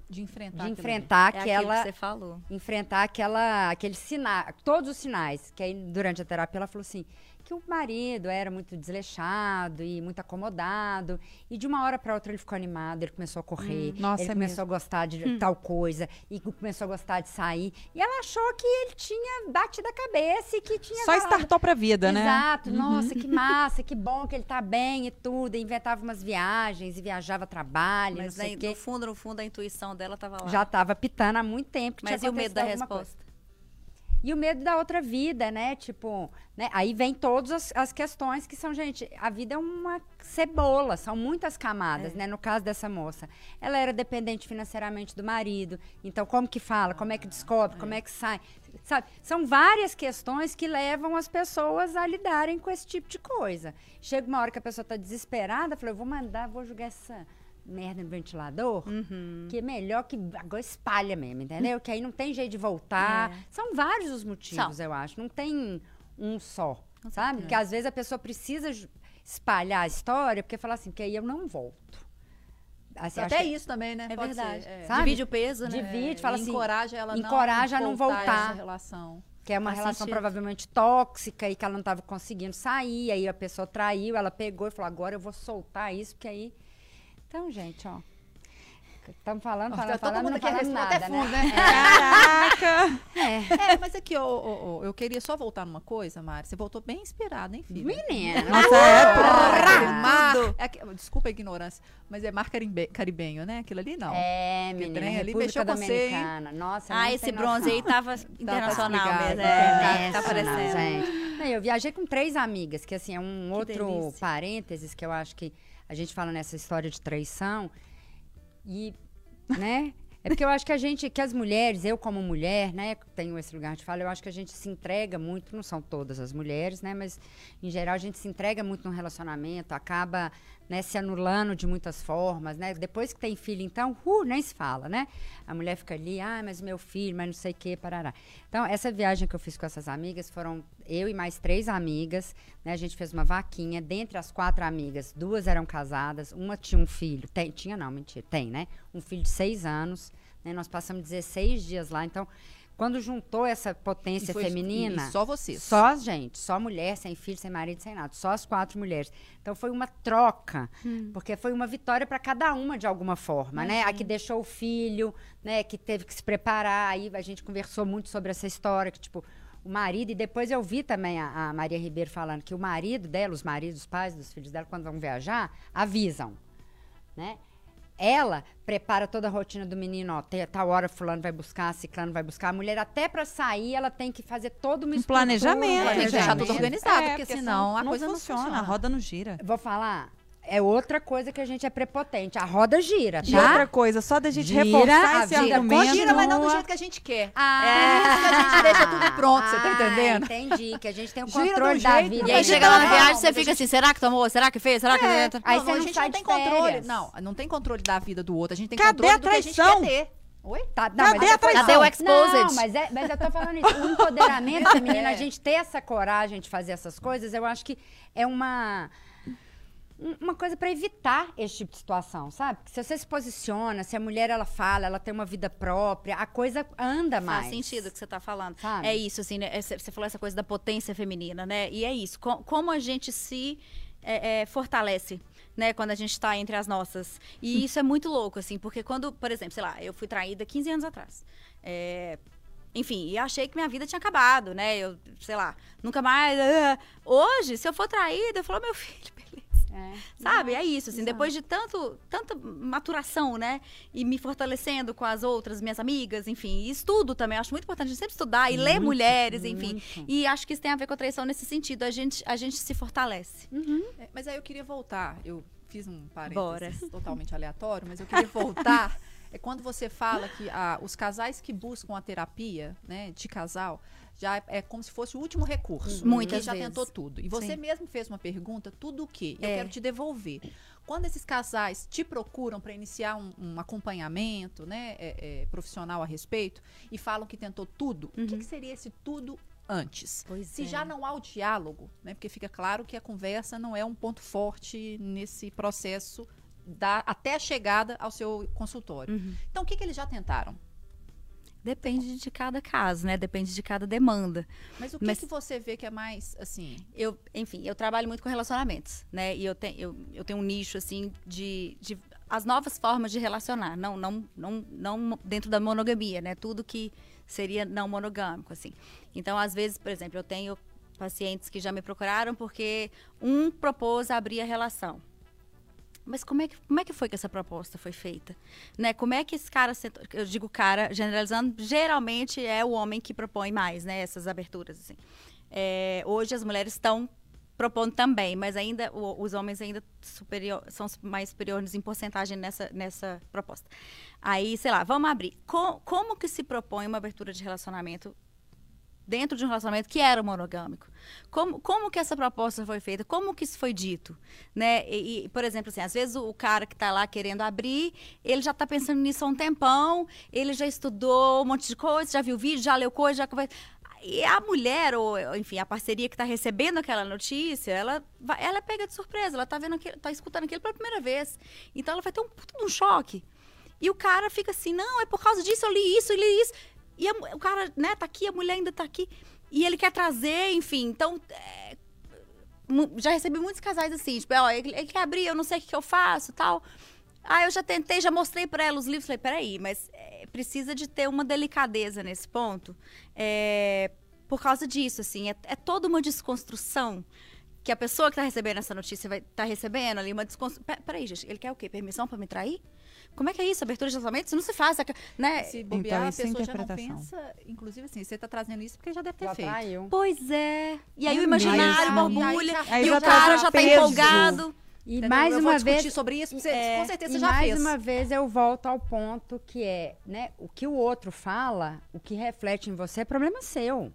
De enfrentar. de aquilo enfrentar É aquilo que aquela... você falou. enfrentar aquele sinal, todos os sinais. Que aí, durante a terapia, ela falou assim, que o marido era muito desleixado e muito acomodado. E de uma hora para outra ele ficou animado, ele começou a correr, nossa, ele é começou a gostar de tal coisa, e começou a gostar de sair. E ela achou que ele tinha batido a cabeça e que tinha... Só startou pra vida, né? Exato, nossa, que massa, que bom que ele tá bem e tudo. E inventava umas viagens e viajava a trabalho, Mas não sei o quê. no fundo, a intuição dela tava lá. Já tava pitando há muito tempo. que Mas tinha e o medo da acontecido alguma coisa. resposta? E o medo da outra vida, né? Tipo, né? Aí vem todas as questões que são, gente, a vida é uma cebola, são muitas camadas, né? No caso dessa moça. Ela era dependente financeiramente do marido. Então, como que fala? Como é que descobre? Como é que sai? Sabe? São várias questões que levam as pessoas a lidarem com esse tipo de coisa. Chega uma hora que a pessoa tá desesperada, fala, eu vou jogar essa merda no ventilador, que é melhor que agora espalha mesmo, entendeu? Que aí não tem jeito de voltar. São vários os motivos, eu acho. Não tem um só, sabe? Porque às vezes a pessoa precisa espalhar a história, porque fala assim, porque aí eu não volto. Assim, Até isso também, né? É Pode verdade. ser, Sabe? Divide o peso, né? Divide, fala assim, encoraja ela encoraja a não voltar. essa relação. que é uma Faz relação sentido. provavelmente tóxica e que ela não estava conseguindo sair, aí a pessoa traiu, ela pegou e falou, agora eu vou soltar isso, porque aí... Então, gente, ó, estamos falando, Todo mundo não aqui falamos respondendo até nada, fundo, né? né? Caraca! Mas aqui, eu queria só voltar numa coisa, Mari. Você voltou bem inspirada, hein, filha? Menina, Nossa, é Aquele pra... mar, desculpa a ignorância, mas é mar caribenho, né? Aquilo ali não. É, Aquele menina, trem ali República mexeu com você, hein? Dominicana. Nossa, Ah, não esse tem bronze noção. aí tava internacional explicado. mesmo. É, Tá aparecendo. gente. Não, eu viajei com 3 amigas, que assim, é um outro delícia. parênteses que eu acho que a gente fala nessa história de traição. E, né? É porque eu acho que as mulheres, eu como mulher, né, tenho esse lugar de fala, eu acho que a gente se entrega muito, não são todas as mulheres, né, mas em geral a gente se entrega muito num relacionamento, acaba, né, se anulando de muitas formas, né, depois que tem filho, então, nem se fala, né, a mulher fica ali, mas meu filho, mas não sei o que, parará. Então, essa viagem que eu fiz com essas amigas, foram eu e mais 3 amigas, né, a gente fez uma vaquinha, dentre as 4 amigas, 2 eram casadas, uma tinha um filho, tem, né, um filho de 6 anos, né, nós passamos 16 dias lá, então, quando juntou essa potência feminina... E só vocês. Só gente, só mulher, sem filho, sem marido, sem nada. Só as 4 mulheres. Então foi uma troca, porque foi uma vitória para cada uma de alguma forma, né? A que deixou o filho, né? Que teve que se preparar. Aí a gente conversou muito sobre essa história, que tipo, o marido... E depois eu vi também a Maria Ribeiro falando que o marido dela, os maridos, os pais dos filhos dela, quando vão viajar, avisam, né? Ela prepara toda a rotina do menino, ó, tal hora fulano vai buscar, ciclano vai buscar. A mulher até para sair, ela tem que fazer todo uma estrutura, planejamento, Tem que deixar tudo planejamento. organizado, porque senão a não coisa funciona, não a roda não gira. Vou falar, é outra coisa que a gente é prepotente. A roda gira, tá? E outra coisa, só da gente Gira, reforçar esse gira, argumento. Gira, mas não do jeito que a gente quer. Ah, Por isso que a gente deixa tudo pronto, você tá entendendo? Entendi, que a gente tem o Gira de um controle da jeito, vida. E aí Mas chega então, lá na não, viagem, mas você a fica gente- assim, será que tomou? Será que fez? Será que... Aí Não, você a não gente sai não de tem controle. férias. Não tem controle da vida do outro. A gente tem Cadê controle a do que a gente traição? quer ter. Oi? Tá, não, Cadê mas- a traição? Cadê o exposed? Não, mas eu tô falando isso. O empoderamento feminino, a gente ter essa coragem de fazer essas coisas, eu acho que é uma coisa para evitar esse tipo de situação, sabe? Porque se você se posiciona, se a mulher, ela fala, ela tem uma vida própria, a coisa anda mais. Faz sentido o que você tá falando. Sabe? É isso, assim, né? Você falou essa coisa da potência feminina, né? E é isso. Como a gente se fortalece, né? Quando a gente tá entre as nossas. E isso é muito louco, assim, porque quando, por exemplo, sei lá, eu fui traída 15 anos atrás. Enfim, e achei que minha vida tinha acabado, né? Eu, sei lá, nunca mais... Hoje, se eu for traída, eu falo, meu filho, beleza. Sabe? É isso, assim, depois de tanta maturação, né? E me fortalecendo com as outras, minhas amigas, enfim. E estudo também, eu acho muito importante a gente sempre estudar e ler mulheres, enfim. muito. E acho que isso tem a ver com a traição nesse sentido, a gente se fortalece. Mas aí eu queria voltar. Eu fiz um Bora. parênteses totalmente aleatório, mas eu queria voltar. É quando você fala que os casais que buscam a terapia, né, de casal, já é como se fosse o último recurso. Muitas Porque já vezes. tentou tudo. E você Sim. mesmo fez uma pergunta, tudo o quê? Eu quero te devolver. Quando esses casais te procuram para iniciar um acompanhamento, né, profissional a respeito, e falam que tentou tudo, o que seria esse tudo antes? Pois Se é. já não há o diálogo, né, porque fica claro que a conversa não é um ponto forte nesse processo até a chegada ao seu consultório. Então, o que eles já tentaram? Depende de cada caso, né? Depende de cada demanda. Mas o que você vê que é mais, assim... Enfim, eu trabalho muito com relacionamentos, né? E eu tenho um nicho, assim, de as novas formas de relacionar. Não dentro da monogamia, né? Tudo que seria não monogâmico, assim. Então, às vezes, por exemplo, eu tenho pacientes que já me procuraram porque um propôs abrir a relação. Mas como é que foi que essa proposta foi feita? Né? Como é que esse cara... Eu digo cara, generalizando, geralmente é o homem que propõe mais, né? Essas aberturas, assim. Hoje as mulheres estão propondo também, mas ainda os homens ainda são mais superiores em porcentagem nessa proposta. Aí, sei lá, vamos abrir. Como que se propõe uma abertura de relacionamento dentro de um relacionamento que era monogâmico? Como que essa proposta foi feita? Como que isso foi dito? Né? E, por exemplo, assim, às vezes o cara que está lá querendo abrir, ele já está pensando nisso há um tempão, ele já estudou um monte de coisa, já viu vídeo, já leu coisa, E a mulher, ou enfim, a parceria que está recebendo aquela notícia, ela é pega de surpresa, ela está escutando aquilo pela primeira vez. Então ela vai ter um choque. E o cara fica assim, não, é por causa disso, eu li isso. E o cara, né, tá aqui, a mulher ainda tá aqui. E ele quer trazer, enfim. Então, já recebi muitos casais assim, tipo, ele quer abrir, eu não sei o que eu faço, tal. Eu já tentei, já mostrei para ela os livros. Falei, peraí, mas precisa de ter uma delicadeza nesse ponto. Por causa disso, assim, é toda uma desconstrução que a pessoa que tá recebendo essa notícia vai estar recebendo ali, uma desconstrução. Peraí, gente, ele quer o quê? Permissão para me trair? Como é que é isso? Abertura de relacionamento? Isso não se faz, né? Se bobear, Então, a isso é pessoa já não interpretação. pensa... Inclusive, assim, você tá trazendo isso porque já deve ter Já feito. traiu. Pois é. E aí o imaginário mesmo. borbulha, Aí e já o tá cara já tá peso. empolgado. E Entendeu? mais eu uma vou discutir vez... sobre isso, porque com certeza você E já mais fez. uma vez eu volto ao ponto que né, o que o outro fala, o que reflete em você é problema seu.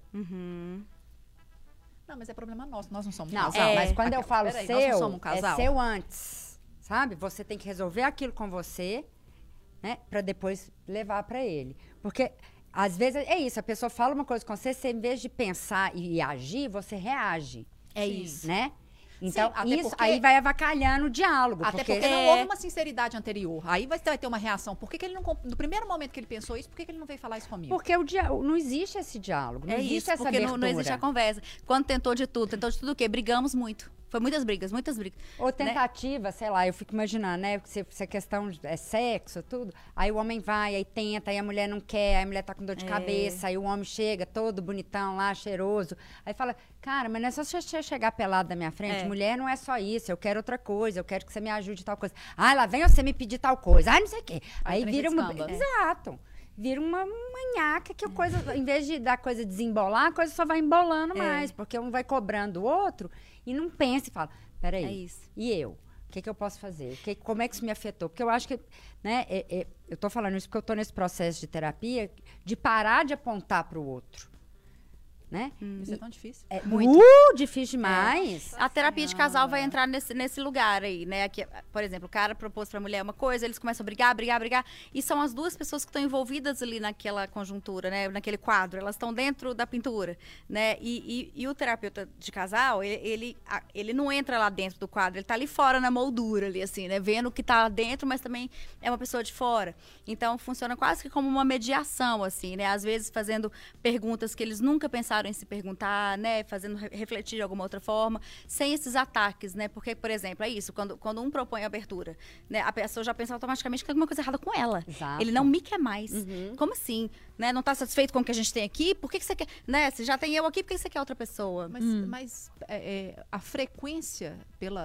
Não, mas é problema nosso, nós não somos um Não, casal. mas quando eu falo Peraí, nós não seu, somos um casal? é seu antes, sabe? Você tem que resolver aquilo com você, né, pra depois levar pra ele. Porque, às vezes, é isso, a pessoa fala uma coisa com você, em vez de pensar e agir, você reage. É Sim. isso. Né? Então, até isso porque- aí vai avacalhando o diálogo. Até porque não houve uma sinceridade anterior. Aí você vai ter uma reação. Por que ele não... No primeiro momento que ele pensou isso, por que ele não veio falar isso comigo? Porque não existe esse diálogo, não existe isso, essa porque abertura. não existe a conversa. Quando tentou de tudo o quê? Brigamos muito. Foi muitas brigas. Ou tentativa, sei lá, eu fico imaginando, né? Se a questão é sexo, tudo. Aí o homem vai, aí tenta, aí a mulher não quer, aí a mulher tá com dor de cabeça, aí o homem chega todo bonitão lá, cheiroso. Aí fala, cara, mas não é só você chegar pelado da minha frente. Mulher não é só isso, eu quero outra coisa, eu quero que você me ajude em tal coisa. Lá vem você me pedir tal coisa. Não sei o quê. Aí vira uma... Exato. Vira uma manhaca que a coisa, em vez de da coisa desembolar, a coisa só vai embolando mais, porque um vai cobrando o outro e não pensa e fala, peraí, É isso. e eu? O que eu posso fazer? Como é que isso me afetou? Porque eu acho que, né, eu tô falando isso porque eu tô nesse processo de terapia, de parar de apontar para o outro, né? Isso é tão difícil. É difícil demais. A terapia de casal vai entrar nesse lugar aí, né? Aqui, por exemplo, o cara propôs pra mulher uma coisa, eles começam a brigar, e são as duas pessoas que estão envolvidas ali naquela conjuntura, né? Naquele quadro, elas estão dentro da pintura, né? E o terapeuta de casal, ele não entra lá dentro do quadro, ele tá ali fora na moldura ali, assim, né? Vendo o que tá lá dentro, mas também é uma pessoa de fora. Então, funciona quase que como uma mediação, assim, né? Às vezes fazendo perguntas que eles nunca pensaram em se perguntar, né? Fazendo refletir de alguma outra forma, sem esses ataques, né? Porque, por exemplo, é isso, quando um propõe abertura, né? A pessoa já pensa automaticamente que tem alguma coisa errada com ela. Exato. Ele não me quer mais. Como assim? Né? Não está satisfeito com o que a gente tem aqui? Por que você quer? Né? Se já tem eu aqui, por que você quer outra pessoa? Mas a frequência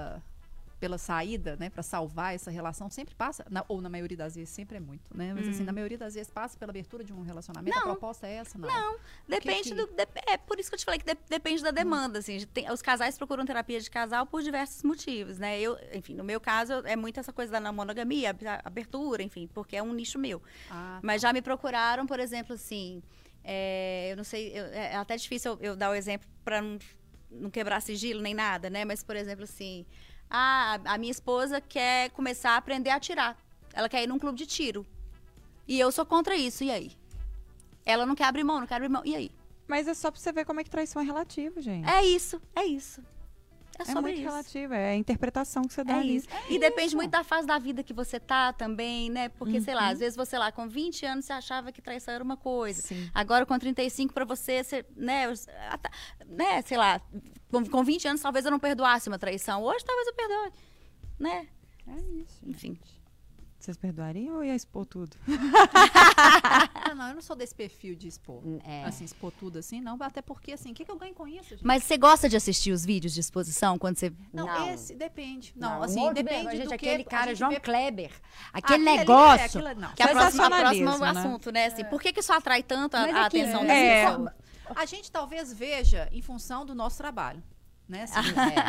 pela saída, né, para salvar essa relação, sempre passa, ou na maioria das vezes, sempre é muito, né? Mas assim, na maioria das vezes passa pela abertura de um relacionamento. Não. A proposta é essa, não? Não, depende é por isso que eu te falei que depende da demanda, assim. Os casais procuram terapia de casal por diversos motivos, né? Enfim, no meu caso, é muito essa coisa da não monogamia, abertura, enfim, porque é um nicho meu. Mas já me procuraram, por exemplo, assim, eu não sei, é até difícil eu dar o exemplo para não quebrar sigilo nem nada, né? Mas, por exemplo, assim, a minha esposa quer começar a aprender a atirar. Ela quer ir num clube de tiro. E eu sou contra isso, e aí? Ela não quer abrir mão, e aí? Mas é só pra você ver como é que traição é relativo, gente. É isso. É É sobre muito isso. relativo, é a interpretação que você dá É ali. isso. E depende muito da fase da vida que você tá também, né? Porque, sei lá, às vezes você lá com 20 anos você achava que traição era uma coisa. Sim. Agora com 35 pra você, né, sei lá, com 20 anos talvez eu não perdoasse uma traição. Hoje talvez eu perdoe, né? É isso. Enfim. Vocês perdoariam ou ia expor tudo? Não, eu não sou desse perfil de expor. Assim, expor tudo assim, não. Até porque, assim, o que eu ganho com isso, gente? Mas você gosta de assistir os vídeos de exposição quando você... Não, esse depende. Não, um assim, monte de depende vergonha, do gente, que aquele a cara, gente João vê- Kleber. Ah, Aquele ali negócio. não. Que é o próximo Sensacionalismo, né? assunto, né? Assim, por que isso atrai tanto Mas a aqui, atenção é. das pessoas? A gente talvez veja em função do nosso trabalho. Né? Assim,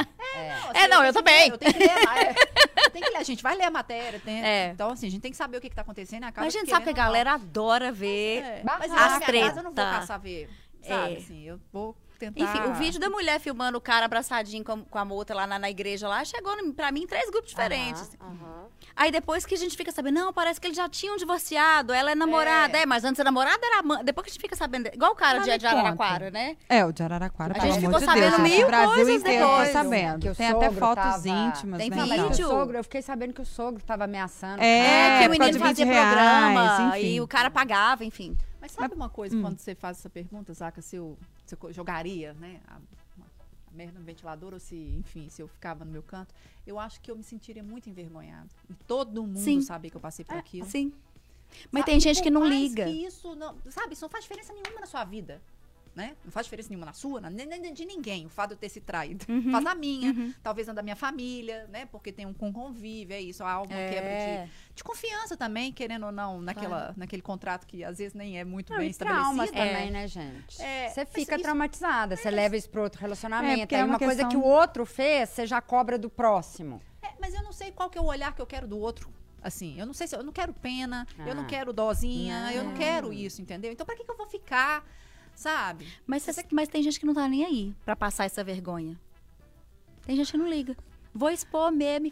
Não, eu também. Eu tenho que ler, eu tenho que ler, a gente vai ler a matéria. É. Então, assim, a gente tem que saber o que está acontecendo. Acaba Mas a gente sabe que a querendo ou não. galera adora ver Mas as na minha casa eu não vou treta. caçar ver. Sabe, É. assim, eu vou tentar... Enfim, o vídeo da mulher filmando o cara abraçadinho com a outra lá na igreja lá, chegou pra mim em 3 grupos diferentes. Aí depois que a gente fica sabendo, não, parece que eles já tinham divorciado, ela é namorada. Mas antes a namorada era amante. Depois que a gente fica sabendo, igual o cara de Araraquara, né? É, o de Araraquara, A pelo gente amor ficou de Deus. sabendo gente, mil o Brasil coisas inteiro depois. ficou sabendo. Que o Tem até sogro fotos tava- íntimas, Tem né? vídeo. e tal. Mas o sogro, eu fiquei sabendo que o sogro tava ameaçando. É, que o por causa menino de fazia 20 reais, programa enfim. e o cara pagava, enfim. Mas sabe uma coisa, quando você faz essa pergunta, Zaca, se eu jogaria, né, a merda no ventilador ou se, enfim, se eu ficava no meu canto, eu acho que eu me sentiria muito envergonhada. E todo mundo Sim. saber que eu passei por aquilo. Sim. Mas Sabe? tem gente Por que não mais liga. Que isso não, sabe, isso não faz diferença nenhuma na sua vida. Né? Não faz diferença nenhuma na sua, nem de ninguém, o fato de eu ter se traído. Faz na minha, talvez na da minha família, né? Porque tem um convívio, é isso, há uma quebra de confiança também, querendo ou não, naquele contrato que às vezes nem é muito bem E traumas estabelecido. também, né, gente? Você mas fica isso- traumatizada, você leva isso para outro relacionamento. porque Aí é uma uma coisa questão- que o outro fez, você já cobra do próximo. Mas eu não sei qual que é o olhar que eu quero do outro. Assim, eu não sei se eu não quero pena, eu não Ah. quero dozinha, eu não quero isso, entendeu? Então, pra que eu vou ficar, sabe? Mas tem gente que não tá nem aí pra passar essa vergonha. Tem gente que não liga. Vou expor meme.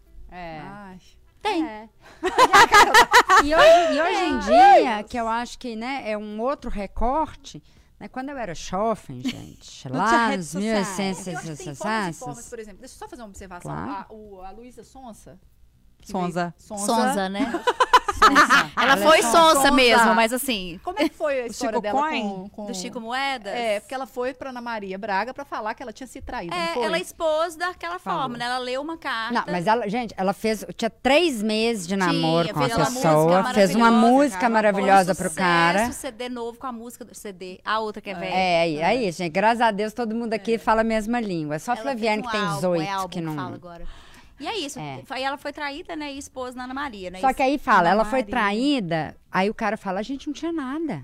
Ai. Tem. É. E hoje em dia, que eu acho que, né, é um outro recorte, né, quando eu era jovem, gente, Não tinha lá redes nos sociais. Eu acho que tem formas e formas, 1860, por exemplo. Deixa eu só fazer uma observação. Claro. A Luísa Sonsa. que Sonza. veio- Sonza, né? Ela Ela foi sonsa sonsa. mesmo, mas assim, Como é que foi a história Chico dela Cohen? com... do Chico Moedas. É, porque ela foi pra Ana Maria Braga pra falar que ela tinha se traído, não foi? Ela expôs daquela Falou. forma, né? Ela leu uma carta. Não, mas ela, gente, ela tinha 3 meses de namoro com a fez uma pessoa, música fez uma maravilhosa, música cara, maravilhosa Foi um pro cara. sucesso, CD novo com a música do CD. A outra que é velha. Aí, gente, graças a Deus todo mundo aqui fala a mesma língua. É só Ela Flaviane fez que tem álbum, 18 álbum que não. fala agora. E é isso. É. Aí ela foi traída, né? E expôs na Ana Maria, né? Só que aí fala, Ana ela foi Maria. traída, aí o cara fala, a gente não tinha nada.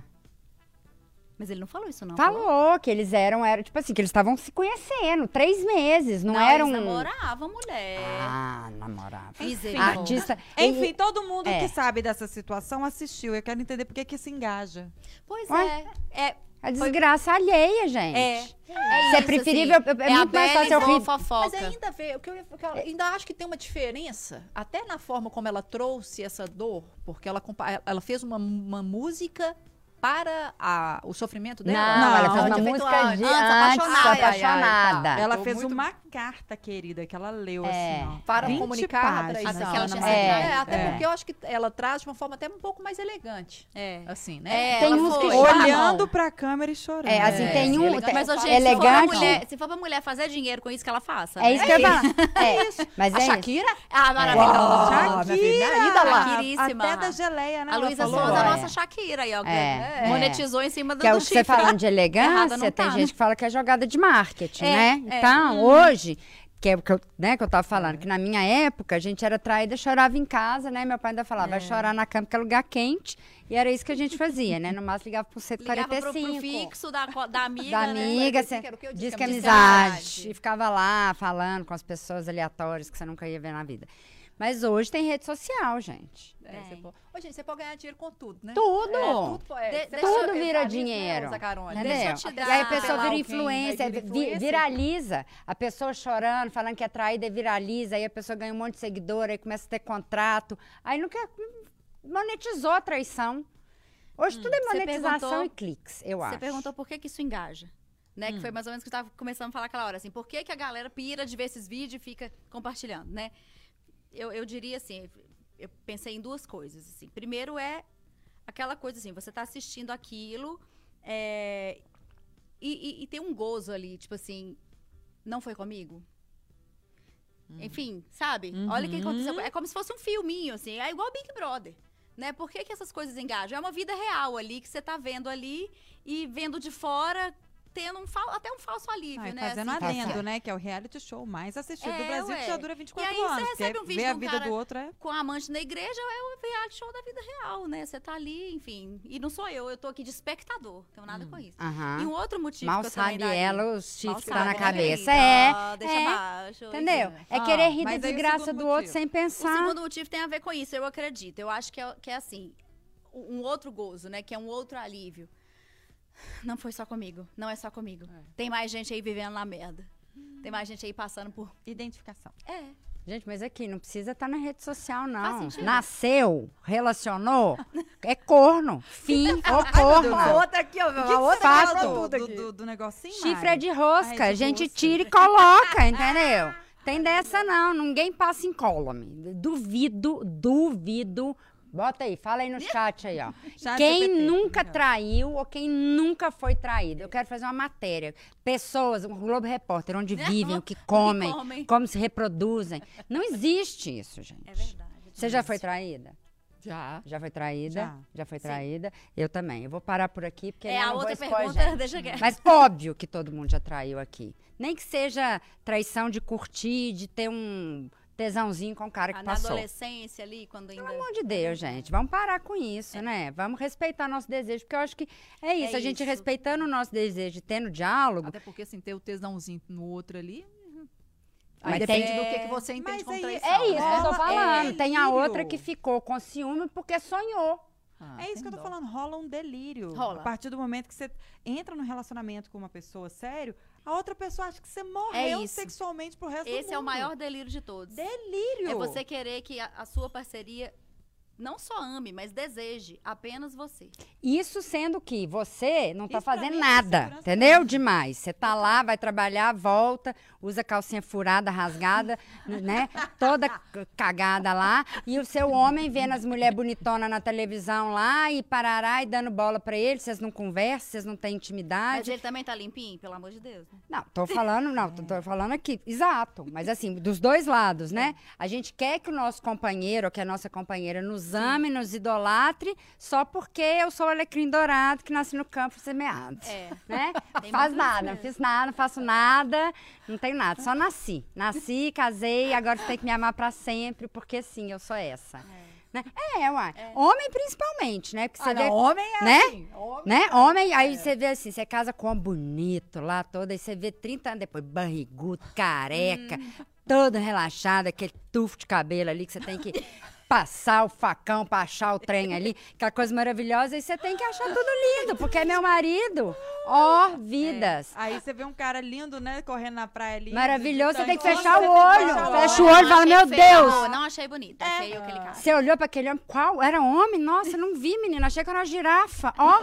Mas ele não falou isso, não. Falou que eles eram tipo assim, que eles estavam se conhecendo, 3 meses, não, Não, eram... eles namoravam, mulher. Ah, namorava. Misericórdia. Artista... Enfim, todo mundo É. que sabe dessa situação assistiu. Eu quero entender por que que se engaja. Pois Ué? é. A desgraça alheia, gente. É Se isso, é preferível, assim, é muito mais fácil eu rir. fofoca. Mas ainda vê, o que eu ainda acho que tem uma diferença, até na forma como ela trouxe essa dor, porque ela fez uma música para o sofrimento dela. Não, ela Não, fez uma tinha feito música antes. de Antes, antes, apaixonada. apaixonada. Ela tô fez muito- uma carta, querida, que ela leu É. assim, ó. Para 20 comunicar a páginas, traição. Que ela tinha Ana sido Maria. traída. Até É. porque eu acho que ela traz de uma forma até um pouco mais elegante. É. Assim, né? É, Tem ela uns que foi. chamam. Olhando pra câmera e chorando. É, assim, tem um elegante. Mas, ô, gente, elegante. se for pra mulher fazer dinheiro com isso, que ela faça. É né? isso que eu ia falar. É, mas A é isso. Shakira? Ah, maravilhosa. Uau, minha filha, ainda lá. Shakiríssima. Até da geleia, né? A ela Luísa falou. Souza é a É. nossa Shakira aí, ó. que É, monetizou em cima do Que é o que chifre. você falando de Errada elegância, não tem tá, gente né? que fala que é jogada de marketing, É, né? é. Então, hoje, que é o que eu, né, que eu tava falando, que na minha época a gente era traída, chorava em casa, né? Meu pai ainda falava, vai chorar na cama, que é lugar quente. E era isso que a gente fazia, né? No máximo ligava pro Ligava pro 145. fixo da amiga, Da né? amiga, Diz que era o quê? diz que é amizade. amizade. E ficava lá falando com as pessoas aleatórias que você nunca ia ver na vida. Mas hoje tem rede social, gente. Ô, gente, você pode ganhar dinheiro com tudo, né? Tudo. Tudo vira dinheiro. Entendeu? Entendeu? Deixa eu te E aí a dar- pessoa sei lá, vira alguém, influência, aí vira influencer. viraliza. A pessoa chorando, falando que é traída, e viraliza. Aí a pessoa ganha um monte de seguidor, aí começa a ter contrato. Aí não quer... monetizou a traição. Hoje tudo é Você monetização perguntou- e cliques, eu Você acho. perguntou por que isso engaja. né? Que foi mais ou menos o que eu tava começando a falar aquela hora, assim. Por que que a galera pira de ver esses vídeos e fica compartilhando, né? Eu diria assim, eu pensei em duas coisas, assim. Primeiro é aquela coisa assim, você tá assistindo aquilo e tem um gozo ali, tipo assim, não foi comigo? Enfim, sabe? Olha o que aconteceu. É como se fosse um filminho, assim. É igual Big Brother, né? Por que que essas coisas engajam? É uma vida real ali, que você tá vendo ali e vendo de fora, tendo até um falso alívio, né? Fazendo assim, adendo, né? Que é o reality show mais assistido do Brasil, que já dura 24 e aí anos. você recebe um vídeo ver a de um vida cara do outro é... com a amante na igreja, é o reality show da vida real, né? Você tá ali, enfim. E não sou eu tô aqui de espectador. Tenho nada com isso. Aham. E um outro motivo Mal que eu também sabe daria... ela, os chifres Mal que tá na sabe, né, cabeça. querida? Deixa baixo. Entendeu? enfim. É querer rir da mas aí o desgraça segundo do outro motivo. sem O pensar. segundo motivo tem a ver com isso, eu acredito. Eu acho que é assim, um outro gozo, né? Que é um outro alívio. Não foi só comigo. Não é só comigo. Tem mais gente aí vivendo na merda. Tem mais gente aí passando por... Identificação. Gente, mas aqui, não precisa estar na rede social, não. Faz sentido. Nasceu, relacionou, é corno. Fim, ou corno. A outra aqui, ó. O que você fato. fala do negocinho, Chifre Mari? é de rosca. Ah, é A de gente rosca. tira e coloca, entendeu? Tem dessa, não. Ninguém passa incólume. Duvido. Bota aí, fala aí no chat aí, ó. Chat Quem GPT, nunca legal. traiu ou quem nunca foi traído? Eu quero fazer uma matéria. Pessoas, um Globo Repórter, onde vivem, o que comem, comem. como se reproduzem. Não existe isso, gente. É verdade. Você já foi traída? Já. Já foi traída? Já foi Sim. traída? Eu também. Eu vou parar por aqui, porque É, eu a não vou outra expor pergunta, gente. deixa quieto. Mas óbvio que todo mundo já traiu aqui. Nem que seja traição de curtir, de ter um tesãozinho com o cara que Na passou. adolescência ali, quando ainda... Pelo amor de Deus, gente. Vamos parar com isso, né? Vamos respeitar nosso desejo, porque eu acho que é isso. É a gente isso. respeitando o nosso desejo e tendo diálogo. Até porque, assim, ter o tesãozinho no outro ali. Mas Aí depende tem- do que você entende Mas como aí traição. É isso que eu tô Rola- falando. é Tem a delírio. outra que ficou com ciúme porque sonhou. Ah, É isso tem que eu tô dó. falando, rola um delírio. Rola. A partir do momento que você entra num relacionamento com uma pessoa sério, a outra pessoa acha que você morreu isso. sexualmente pro resto do mundo. Esse é o maior delírio de todos. delírio. É você querer que a sua parceria não só ame, mas deseje apenas você. Isso sendo que você não tá Isso pra fazendo mim é nada, segurança entendeu? mesmo. Demais. Você tá lá, vai trabalhar, volta, usa calcinha furada, rasgada, né? Toda cagada lá. E o seu homem vendo as mulheres bonitonas na televisão lá e parará e dando bola pra ele. Vocês não conversam, vocês não têm Mas intimidade. ele também tá limpinho, pelo amor de Deus. Né? Não, tô falando aqui, exato. Mas assim, dos dois lados, né? A gente quer que o nosso companheiro ou que a nossa companheira nos ame, nos idolatre, só porque eu sou o alecrim dourado que nasce no campo semeado. É. Né? Tem Faz muito nada, isso não mesmo. fiz nada, não faço nada, não tenho nada, só nasci. Nasci, casei, agora você tem que me amar pra sempre, porque sim, eu sou essa. Né? Uai. Homem principalmente, né? Porque você vê, homem é né? assim. Homem né? Homem, aí você vê assim, você casa com um bonito lá todo, aí você vê 30 anos depois, barrigudo, careca, todo relaxado, aquele tufo de cabelo ali que você tem que passar o facão pra achar o trem ali, aquela coisa maravilhosa, e você tem que achar tudo lindo, porque é meu marido. Ó, vidas. Aí você vê um cara lindo, né, correndo na praia ali. Maravilhoso, você tem que tanque, fechar o você tem que olho. fechar Fecha o olho e fala, Achei meu feio, Deus. Não achei bonito. Achei aquele cara. Você olhou pra aquele homem, qual? Era homem? Nossa, eu não vi, menina, achei que era uma girafa. Ó,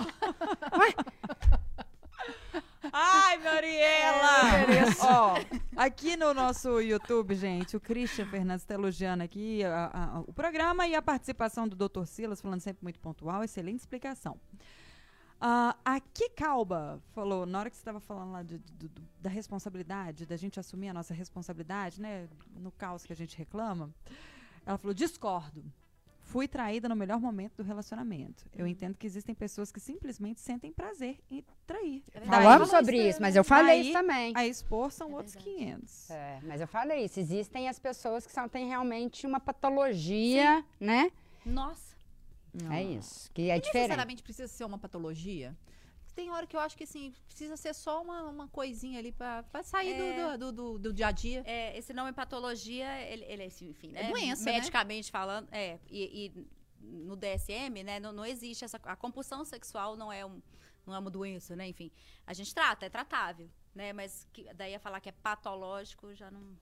Ai, Mariela! Ó, aqui no nosso YouTube, gente, o Christian Fernandes está elogiando aqui o programa e a participação do Dr. Silas, falando sempre muito pontual, excelente explicação. A Kikalba falou, na hora que você estava falando lá da responsabilidade, da gente assumir a nossa responsabilidade, né, no caos que a gente reclama, ela falou, discordo. Fui traída no melhor momento do relacionamento. Eu entendo que existem pessoas que simplesmente sentem prazer em trair. falamos sobre isso, mas eu falei isso também. A expor são outros 500. É, mas eu falei isso, existem as pessoas que têm realmente uma patologia, né? Nossa. É isso, que é E diferente. necessariamente precisa ser uma patologia? Tem hora que eu acho que, assim, precisa ser só uma coisinha ali pra sair do dia a dia. É, esse nome patologia, ele é, enfim, né? É doença, né? Medicamente falando, e no DSM, né, não existe a compulsão sexual não é uma doença, né? Enfim, a gente trata, é tratável, né? Mas daí a falar que é patológico já não...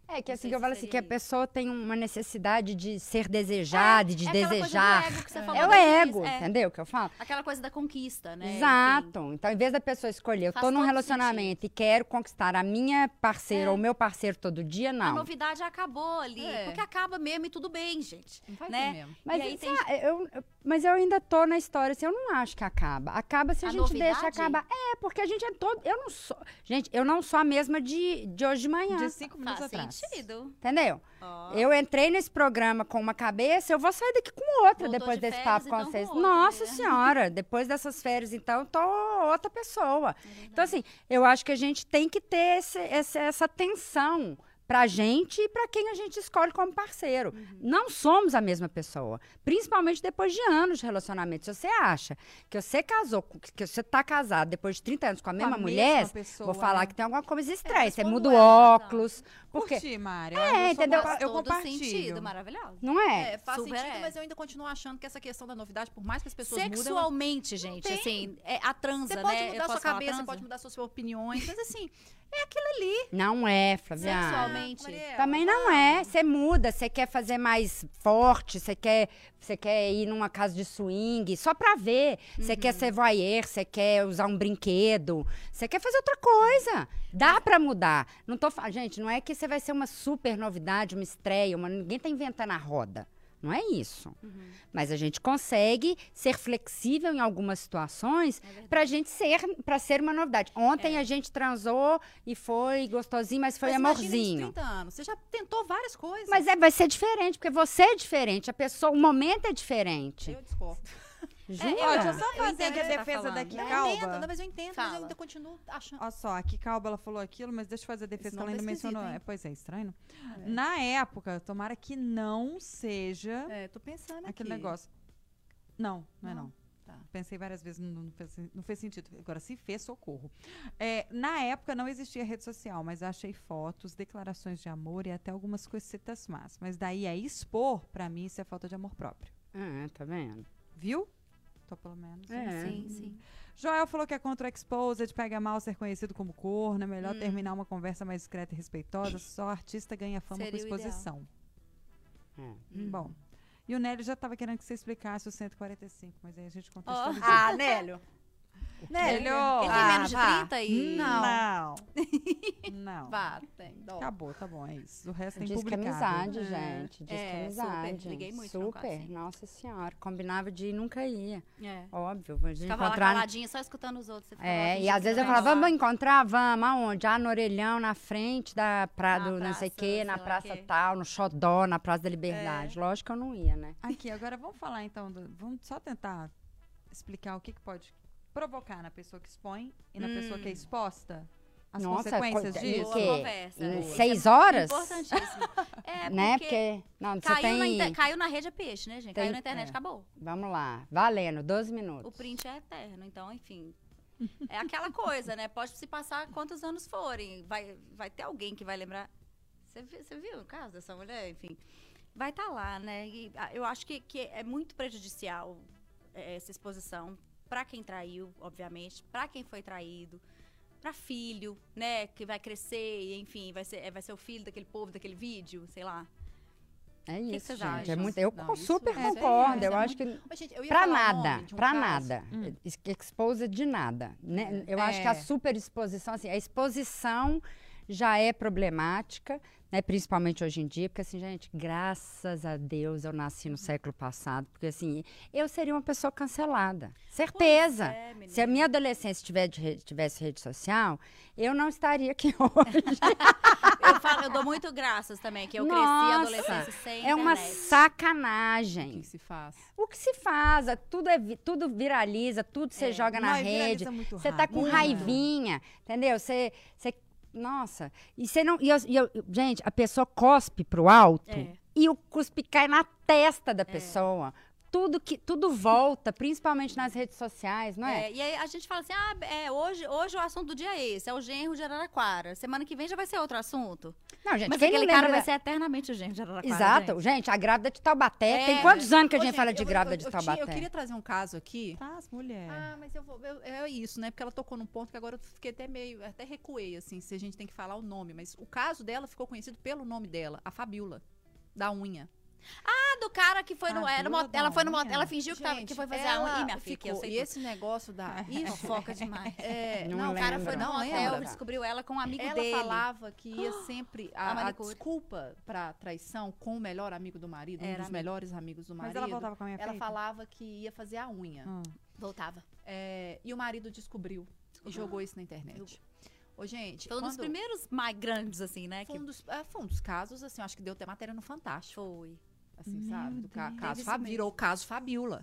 É que Não assim sei que eu se falo assim, seria que a isso. pessoa tem uma necessidade de ser desejada e de aquela coisa do desejar. ego que você falou É o no início, ego, é. entendeu o que eu falo? Aquela coisa da conquista, né? Exato. Então, em vez da pessoa escolher, eu Faz tô num todo relacionamento e quero conquistar a minha parceira É. ou o meu parceiro todo dia, A não. novidade acabou ali. É. Porque acaba mesmo e tudo bem, gente. Não vai né? ter mesmo. Mas, E aí tem- mas eu ainda tô na história, assim, eu não acho que acaba. Acaba se a A gente novidade? deixa acabar. É, porque a gente é todo. Eu não sou. Gente, eu não sou a mesma de hoje de manhã. De 5 minutos Faz atrás. sentido. Entendeu? Ó. Eu entrei nesse programa com uma cabeça, eu vou sair daqui com outra Voltou depois de desse férias, papo com então, vocês. com outra, Nossa né? Senhora, depois dessas férias, então, eu tô outra pessoa. Então, assim, eu acho que a gente tem que ter essa tensão pra gente e pra quem a gente escolhe como parceiro. Não somos a mesma pessoa. Principalmente depois de anos de relacionamento. Se você acha que você casou, que você tá casado depois de 30 anos com a mesma mulher, pessoa, vou falar né? que tem alguma coisa estranha. mas você quando muda o ela- óculos. Porque, Curti, Mário. entendeu? Faz Eu todo compartilho. sentido, maravilhoso. não é? É, faz Super sentido, é. mas eu ainda continuo achando que essa questão da novidade, por mais que as pessoas mudem... Sexualmente, gente, tem. assim, a transa, Você pode né? Eu mudar sua posso falar cabeça, transa? pode mudar suas opiniões, mas assim, é aquilo ali. Não é, Flaviana. Sexualmente. Mariela, Também não é. Você muda, você quer fazer mais forte, você quer ir numa casa de swing, só pra ver. Você quer ser voyeur, você quer usar um brinquedo, você quer fazer outra coisa. Dá pra mudar. Não tô falando, gente, não é que você vai ser uma super novidade, uma estreia, ninguém tá inventando a roda. Não é isso. Mas a gente consegue ser flexível em algumas situações pra ser uma novidade. Ontem a gente transou e foi gostosinho, mas foi Mas imagina isso, amorzinho. 30 anos. Você já tentou várias coisas. Mas vai ser diferente, porque você é diferente, a pessoa, o momento é diferente. Eu discordo. Jura? Ó, deixa eu só Eu fazer entendo aqui o a que você tá defesa falando. da Kiki Eu Calba. entendo, não, mas eu entendo, mas eu Fala. ainda continuo achando. Olha só, a Kiki Calba, ela falou aquilo, mas deixa eu fazer a defesa Esse que ela nome ainda é esquisito, mencionou. hein? Pois é, estranho. Na época, tomara que não seja É, tô pensando aqui. aquele negócio. Não, não é Não? não. Tá. Pensei várias vezes, não fez sentido. Agora, se fez, socorro. Na época, não existia rede social, mas achei fotos, declarações de amor e até algumas coisitas más. Mas daí a expor, pra mim, isso é falta de amor próprio. Ah, tá vendo? Viu? Tô pelo menos. É. Sim, sim. Joel falou que é contra o Exposed, pega mal ser conhecido como corno, é melhor terminar uma conversa mais discreta e respeitosa, só artista ganha fama Seria com o ideal. exposição. É. Bom. E o Nélio já estava querendo que você explicasse o 145, mas aí a gente contextualizou. Ah, Nélio. Nélio! Ele tem menos de vá. 30 e... Não. Não. Vá, tem dó. Acabou, tá bom, é isso. O resto tem Diz que é publicado. amizade, gente. Diz que é amizade. super. Liguei muito, não, Super, quase. nossa senhora. Combinava de ir, nunca ia. É. Óbvio. A gente Ficava lá encontrar... caladinha, só escutando os outros. Você ficava lá É, e fingindo às que vezes eu não falava, tava lá. vamos encontrar? Vamos, aonde? Ah, no Orelhão, na frente da Na não sei o praça, quê, sei na lá praça quê. tal, no Xodó, na Praça da Liberdade. Lógico que eu não ia, né? Aqui, agora vamos falar então, vamos só tentar explicar o que pode provocar na pessoa que expõe e na pessoa que é exposta. As Nossa, consequências em disso. Boa quê? conversa. Em Isso 6 é horas? Importantíssimo. É, Né? porque Porque, não, você caiu, tem... caiu na rede é peixe, né, gente? Tem- Caiu na internet, é. acabou. Vamos lá, valendo, 12 minutos. O print é eterno, então, enfim. É aquela coisa, né? Pode se passar quantos anos forem. Vai ter alguém que vai lembrar. Você viu o caso dessa mulher? Enfim. Vai estar lá, né? E eu acho que é muito prejudicial essa exposição para quem traiu, obviamente, para quem foi traído, para filho, né? Que vai crescer, e, enfim, vai ser o filho daquele povo, daquele vídeo, sei lá. É que isso, vocês gente. acham? É muito, eu Não, super isso é concordo. sério, Eu é acho que Mas, gente, eu ia pra falar o nada, nome de um pra caso. nada. Exposed de nada. Né? Eu acho que a super exposição, assim, a exposição já é problemática, né? Principalmente hoje em dia, porque assim, gente, graças a Deus eu nasci no século passado, porque assim, eu seria uma pessoa cancelada. Certeza. Pois é, menina. Se a minha adolescência tivesse rede social, eu não estaria aqui hoje. Eu dou muito graças também, que eu cresci Nossa, a adolescência sem é uma internet. O sacanagem. que se faz? O que se faz? Tudo viraliza, tudo você joga na Não, e rede. viraliza muito Você tá com rápido. raivinha, entendeu? Nossa. E você não. Gente, a pessoa cospe pro alto É. e o cuspe cai na testa da pessoa. tudo volta, principalmente nas redes sociais, não é? E aí a gente fala assim, hoje o assunto do dia é esse, é o genro de Araraquara. Semana que vem já vai ser outro assunto. Não, gente, Mas quem não aquele lembra cara vai ser eternamente o genro de Araraquara. Exato. Gente, a grávida de Taubaté. Tem quantos anos que a gente fala de grávida de Taubaté? Eu queria trazer um caso aqui. Tá, as mulheres. Mas é isso, né? Porque ela tocou num ponto que agora eu fiquei até recuei, assim, se a gente tem que falar o nome. Mas o caso dela ficou conhecido pelo nome dela, a Fabiola, da unha. Do cara que foi no. Ela foi no unha. ela fingiu que foi fazer a unha. Ih, minha filha, que eu sei. E esse negócio da. Isso. Fofoca demais. Não o cara lembro. foi no Não hotel, lembra. descobriu ela com um amigo Ela dele. falava que ia sempre. A manicure. desculpa pra traição com o melhor amigo do marido, um Era dos amigo. melhores amigos do Mas marido. ela voltava com a minha Ela feita? falava que ia fazer a unha. Voltava. E o marido descobriu e jogou isso na internet. Ô, gente. Foi um dos primeiros mais grandes, assim, né? Foi um dos casos, assim, eu acho que deu até matéria no Fantástico. Foi. Assim, sabe? Do caso Teve isso virou o caso Fabiola.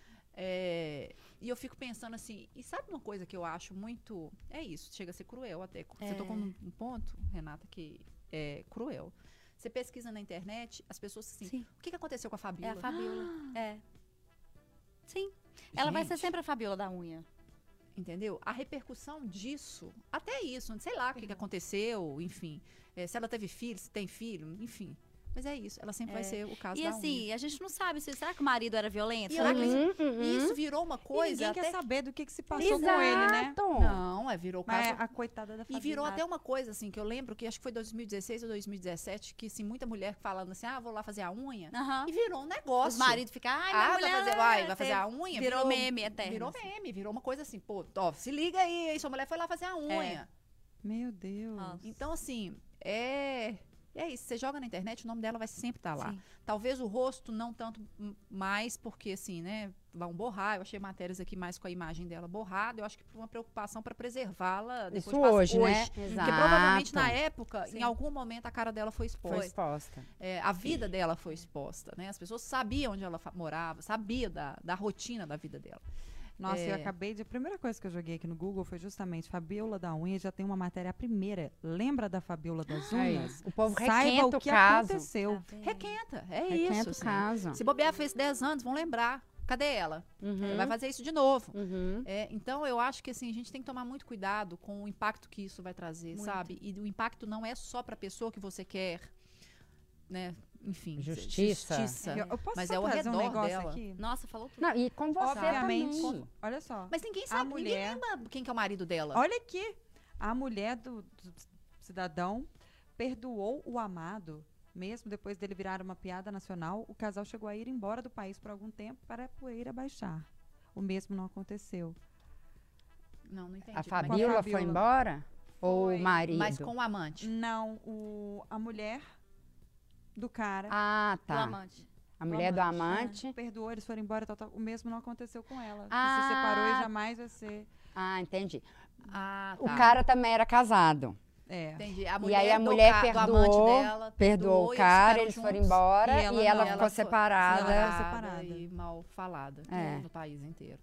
E eu fico pensando assim, e sabe uma coisa que eu acho muito. É isso, chega a ser cruel até. Você tocou num ponto, Renata, que é cruel. Você pesquisa na internet, as pessoas assim, Sim. o que aconteceu com a Fabiola? É a Fabiola. Sim. Ela vai ser Gente. sempre a Fabiola da unha. Entendeu? A repercussão disso, até isso, sei lá o que aconteceu, enfim. Se ela teve filho, se tem filho, enfim. Mas é isso, ela sempre vai ser o caso E da assim, unha. a gente não sabe, será que o marido era violento? E Será eu que acredito- isso virou uma E coisa. ninguém quer até saber do que se passou com ele, né? Exato. Não, virou o Mas caso. a coitada da E Fabiola. virou até uma coisa, assim, que eu lembro que acho que foi 2016 ou 2017, que assim, muita mulher falando assim, vou lá fazer a unha. Aham. E virou um negócio. Os maridos ficam, ai, minha mulher vai fazer a unha. Virou meme eterno. Virou assim. meme, virou uma coisa assim, pô, se liga aí, sua mulher foi lá fazer a unha. Meu Deus. Nossa. Então, assim, é isso, você joga na internet, o nome dela vai sempre estar lá. Sim. Talvez o rosto não tanto mais, porque assim, né, vão borrar. Eu achei matérias aqui mais com a imagem dela borrada. Eu acho que por uma preocupação para preservá-la depois Isso passa hoje, né? Porque Exato. provavelmente na época, Sim. em algum momento, a cara dela foi exposta. Foi exposta. A vida dela foi exposta, né? As pessoas sabiam onde ela morava, sabiam da rotina da vida dela. Nossa, eu acabei de... A primeira coisa que eu joguei aqui no Google foi justamente Fabiola da unha. Já tem uma matéria, a primeira. Lembra da Fabiola das unhas? O povo Saiba requenta o o que caso. aconteceu. Requenta, é Requenta isso. o assim. caso. Se bobear fez 10 anos, vão lembrar. Cadê ela? Uhum. Vai fazer isso de novo. Uhum. Então, eu acho que assim, a gente tem que tomar muito cuidado com o impacto que isso vai trazer, sabe? E o impacto não é só para a pessoa que você quer, né? Enfim, Justiça. Eu posso Mas só é ao trazer um redor negócio dela. aqui? Nossa, falou tudo. Não, e com você Obviamente. também. Olha só. Mas ninguém A sabe, mulher- ninguém lembra quem que é o marido dela. Olha aqui. A mulher do cidadão perdoou o amado. Mesmo depois dele virar uma piada nacional, o casal chegou a ir embora do país por algum tempo para a poeira baixar. O mesmo não aconteceu. Não entendi. A como é que Fabiola Fabiola. foi embora? Ou Foi, o marido? Mas com o amante. Não, a mulher do cara Ah, Do tá. amante. A mulher do amante. perdoou, eles foram embora, tal. O mesmo não aconteceu com ela. Que Ah. se separou e jamais vai ser. Ah, entendi. Ah, O cara também era casado. É. Entendi. A E aí a do mulher do amante perdoou, dela, perdoou o e cara, ficaram eles foram juntos. embora E ela e ela não. ficou Ela foi- separada. Ela foi separada. E mal falada É. no país inteiro.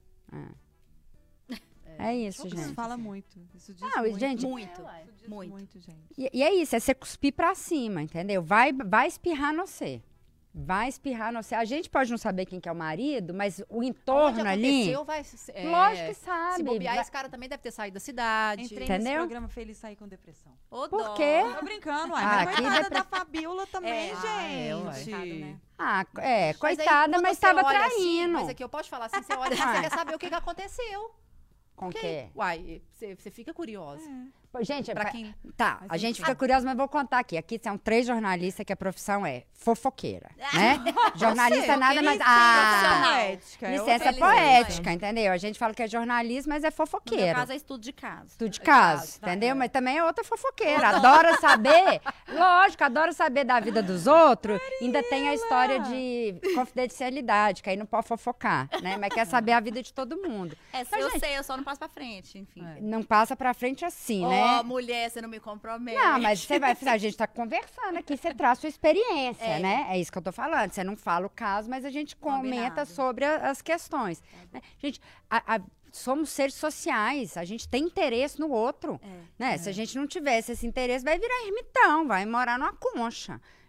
É isso, Isso gente. fala muito. Isso diz Não, muito. gente, Muito. Isso diz muito. muito, gente. E é isso, é você cuspir pra cima, entendeu? Vai espirrar no você. Vai espirrar no você. A gente pode não saber quem que é o marido, mas o entorno Onde ali. aconteceu, vai, Lógico que sabe. Se bobear, Vai- esse cara também deve ter saído da cidade. Entrei Entendeu? nesse programa feliz e saí com depressão. Ô, Por dó. quê? Tô brincando, uai. Ah, Mas aqui coitada depre- da Fabiola também, uai. gente. Coitado, né? Ah, aí, coitada, quando mas você estava olha assim, traindo. mas aqui eu posso falar assim, você olha assim, você quer saber o que aconteceu. Com o quê? Uai, você fica curiosa. Pô, gente, Pra quem... tá, Mas a gente enfim. fica curiosa, mas vou contar aqui. Aqui são 3 jornalistas que a profissão é fofoqueira, né? Jornalista é nada mais... Profissional. Ah, Ética, é licença outra poética, entendeu? A gente fala que é jornalismo, mas é No meu fofoqueiro. caso, é estudo de caso. Estudo de caso, entendeu? Mas também é outra fofoqueira. Adora saber, lógico, adora saber da vida dos outros. Ainda tem a história de confidencialidade, que aí não pode fofocar, né? Mas quer saber a vida de todo mundo. Se eu sei, eu só não passo pra frente, enfim. Não passa pra frente assim, Ó, né? mulher, você não me compromete. Não, mas você vai, a gente tá conversando aqui, você traz sua experiência, né? É isso que eu tô falando. Você não fala o caso, mas a gente comenta Combinado. sobre as questões. Né? Gente, somos seres sociais, a gente tem interesse no outro, né? Se a gente não tivesse esse interesse, vai virar ermitão, vai morar numa concha.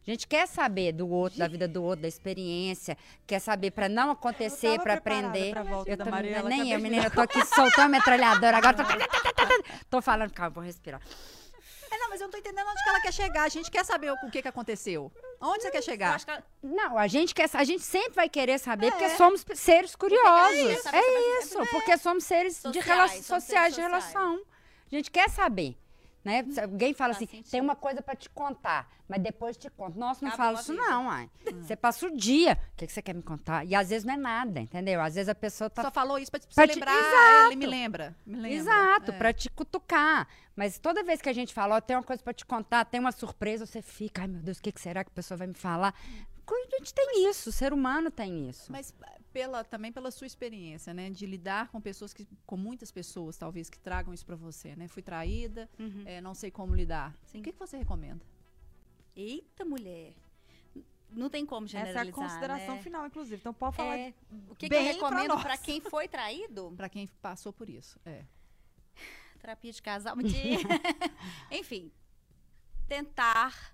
A gente quer saber do outro, da vida do outro, da experiência, quer saber pra não acontecer, pra aprender. Pra volta Eu da tô, Mariela, nem acabei eu, de menina, eu tô aqui soltando a metralhadora agora. Tô falando, calma, vou respirar. Não, mas eu não tô entendendo onde que ela quer chegar. A gente quer saber o que aconteceu. Onde você quer Eu chegar? acho que ela- Não, a gente sempre vai querer saber, porque somos seres curiosos. saber Isso, porque somos seres Sociais, somos sociais de seres relação. A gente quer saber. Né? Se alguém fala Faz assim, sentido. tem uma coisa pra te contar, mas depois te conto. Nossa, não Acabou fala a isso vida. não, ai. Você passa o dia, o que você quer me contar? E às vezes não é nada, entendeu? Às vezes a pessoa tá... Só falou isso pra Pra você te- lembrar. Exato. Ele me lembra. Exato, É. pra te cutucar. Mas toda vez que a gente fala, ó, tem uma coisa pra te contar, tem uma surpresa, você fica, ai meu Deus, o que será que a pessoa vai me falar? A gente tem isso, o ser humano tem isso. Mas também pela sua experiência, né? De lidar com pessoas com muitas pessoas, talvez, que tragam isso pra você, né? Fui traída, não sei como lidar. Sim. O que você recomenda? Eita, mulher. Não tem como Essa é generalizar, a consideração né? final, inclusive. Então pode falar. É, o que eu bem pra recomendo nós. pra quem foi traído? Pra quem passou por isso. Terapia de casal. Enfim, tentar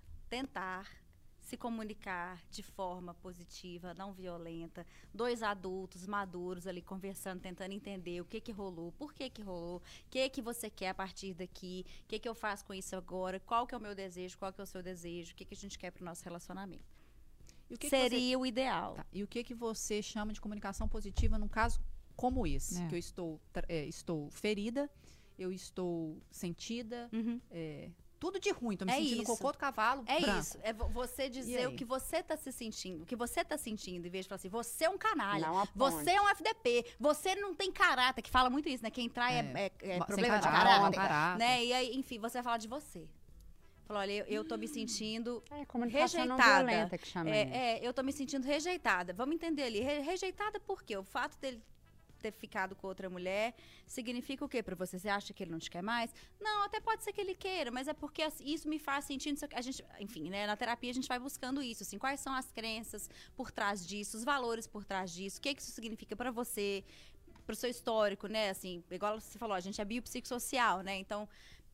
se comunicar de forma positiva, não violenta. Dois adultos maduros ali conversando, tentando entender o que rolou, por que rolou, o que você quer a partir daqui, o que eu faço com isso agora, qual que é o meu desejo, qual que é o seu desejo, o que a gente quer pro nosso relacionamento. E o que Seria o ideal. Tá. E o que você chama de comunicação positiva num caso como esse? É. Que eu estou ferida, eu estou sentida, Uhum. tudo de ruim. Tô me É sentindo isso. cocô do cavalo É branco. isso, é você E dizer aí? o que você tá se sentindo, o que você tá sentindo, em vez de falar assim, você é um canalha, Não aponte. você é um FDP, você não tem caráter, que fala muito isso, né? Quem trai é Sem problema de caráter, caráter, né? E aí, enfim, você fala de você. Fala, olha, eu tô me sentindo É comunicação não rejeitada. violenta que chama isso. eu tô me sentindo rejeitada. Vamos entender ali, rejeitada por quê? O fato dele ter ficado com outra mulher significa o quê pra você? Você acha que ele não te quer mais? Não, até pode ser que ele queira, mas é porque isso me faz sentir... A gente, enfim, né? Na terapia a gente vai buscando isso, assim, quais são as crenças por trás disso, os valores por trás disso, o que isso significa pra você, pro seu histórico, né? Assim, igual você falou, a gente é biopsicossocial, né? Então,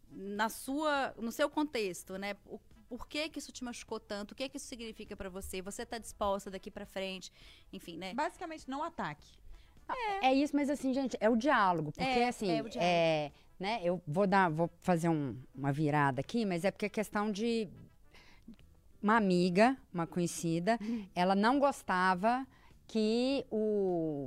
no seu contexto, né? Por que isso te machucou tanto? O que isso significa pra você? Você tá disposta daqui pra frente? Enfim, né? Basicamente, não ataque. É isso, mas assim, gente, é o diálogo. Porque assim, é o diálogo. né, eu vou fazer uma virada aqui, mas é porque é questão de uma amiga, uma conhecida, ela não gostava que o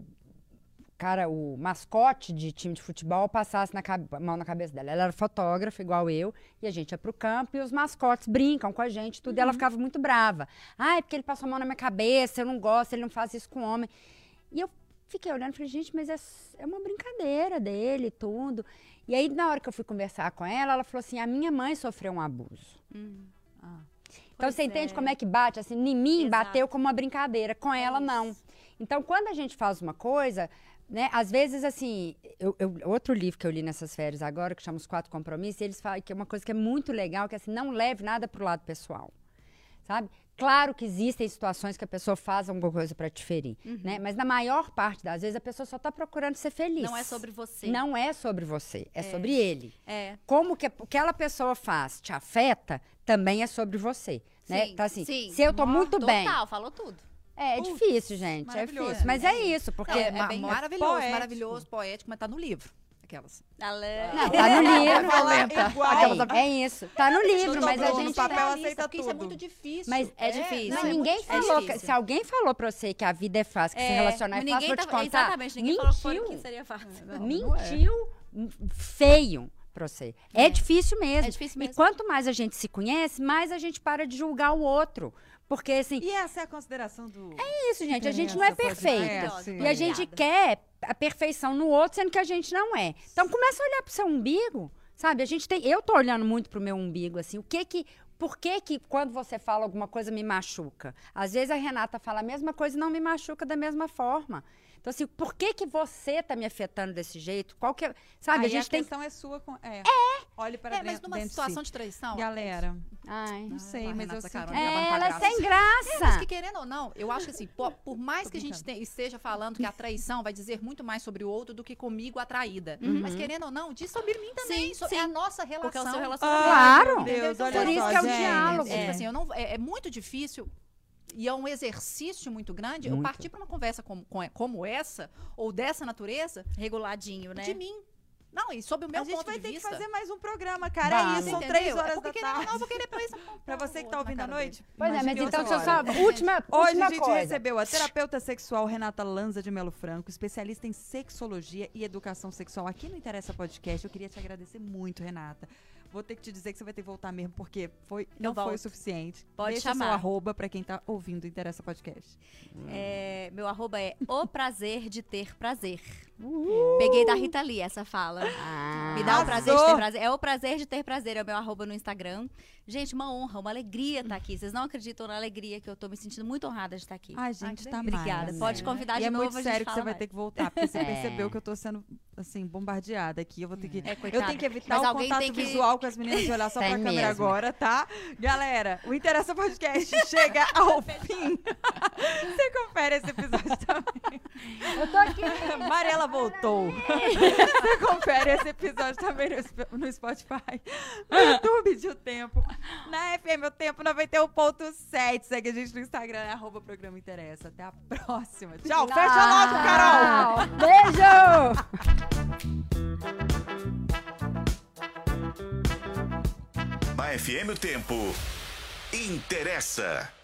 mascote de time de futebol passasse a mão na cabeça dela. Ela era fotógrafa, igual eu, e a gente ia pro campo e os mascotes brincam com a gente, tudo, e ela ficava muito brava. Ai, porque ele passou a mão na minha cabeça, eu não gosto, ele não faz isso com homem. E eu fiquei olhando e falei, gente, mas é uma brincadeira dele e tudo. E aí, na hora que eu fui conversar com ela, ela falou assim, a minha mãe sofreu um abuso. Então, Pois você entende é. como é que bate? Assim, em mim, Exato. bateu como uma brincadeira. Com ela, isso. não. Então, quando a gente faz uma coisa, né? Às vezes, assim... outro livro que eu li nessas férias agora, que chama Os 4 Compromissos, eles falam que é uma coisa que é muito legal, que é assim, não leve nada pro lado pessoal. Sabe? Claro que existem situações que a pessoa faz alguma coisa para te ferir, né? Mas na maior parte das vezes, a pessoa só tá procurando ser feliz. Não é sobre você. Não é sobre você, é sobre ele. É. Como que aquela pessoa faz te afeta, também é sobre você, né? Sim, Então, assim, sim. se eu tô muito bem... Total, falou tudo. É difícil, gente, é maravilhoso. difícil. Mas é isso, porque... É, é bem maravilhoso, poético. maravilhoso, poético, mas tá no livro. Aquelas. Não, tá no livro. Igual. É isso, tá no livro, mas a dobrou no gente... papel, realista, aceita porque isso é tudo. muito difícil. Mas É difícil. Não, é ninguém muito falou. difícil. Se alguém falou pra você que a vida é fácil, que se relacionar é fácil, ninguém vou te tá- contar. Exatamente, ninguém mentiu. falou que seria fácil. Mentiu feio pra você. É difícil mesmo. É difícil mesmo. E quanto mais a gente se conhece, mais a gente para de julgar o outro. Porque, assim, E essa é a consideração do... é isso, gente. A gente não é perfeito. sim. E a gente quer a perfeição no outro, sendo que a gente não é. Então, começa a olhar pro seu umbigo, sabe? Eu tô olhando muito pro meu umbigo, assim. Por que que quando você fala alguma coisa me machuca? Às vezes a Renata fala a mesma coisa e não me machuca da mesma forma. Então, assim, por que você tá me afetando desse jeito? Qual que é... Sabe, Aí a gente tem... questão é sua. Olhe para Mas dentro, numa dentro situação de si. de traição... Galera, Ai. não sei, a mas eu Renata sei Carone que... gravando com a Ela é Graça. sem graça. Mas que querendo ou não, eu acho que assim, por mais que a gente esteja falando que a traição vai dizer muito mais sobre o outro do que comigo a traída. Mas querendo ou não, diz sobre mim também. Sim, É a nossa relação. Porque é o seu relacionamento. Claro. Meu Deus, Então, olha por isso só, que é o gente. diálogo. Tipo assim, é muito difícil e é um exercício muito grande eu partir para uma conversa como essa, ou dessa natureza, Reguladinho, né? de mim. Não, e sobre o meu A gente ponto vai de ter vista. que fazer mais um programa, cara. É Vamos. isso, são Entendeu? 3 horas porque da querendo ou não, tarde. eu vou querer pôr isso Pra você que tá ouvindo à noite. Pois é, mas imagine então, outra deixa eu hora. só... Última Hoje a gente coisa. recebeu a terapeuta sexual Renata Lanza de Melo Franco, especialista em sexologia e educação sexual aqui no Interessa Podcast. Eu queria te agradecer muito, Renata. Vou ter que te dizer que você vai ter que voltar mesmo, porque não foi o volto. suficiente. Pode Deixa chamar. seu arroba pra quem tá ouvindo o Interessa Podcast. Meu arroba é o prazer de ter prazer. Peguei da Rita Lee essa fala. Me dá o prazer de ter prazer. É o prazer de ter prazer, é o meu arroba no Instagram. Gente, uma honra, uma alegria estar aqui. Vocês não acreditam na alegria que eu tô me sentindo muito honrada de estar aqui. Ai, gente, tá Obrigada. mais. Pode convidar E de é novo, muito a gente sério que fala você vai mais. ter que voltar, porque você percebeu que eu tô sendo, assim, bombardeada aqui. Eu vou ter que... eu coitada. tenho que evitar Mas o alguém contato tem que- visual com as meninas de olhar só pra Tem câmera mesmo. agora, tá? Galera, o Interessa Podcast chega ao fim. Você confere esse episódio também. Eu tô aqui. Mariela voltou. Você confere esse episódio também no Spotify, no YouTube de O Tempo, na FM O Tempo 91.7. Segue a gente no Instagram, @Programa Interessa. Até a próxima. Tchau. Fecha logo, Carol. Beijo! Na FM O Tempo. Interessa.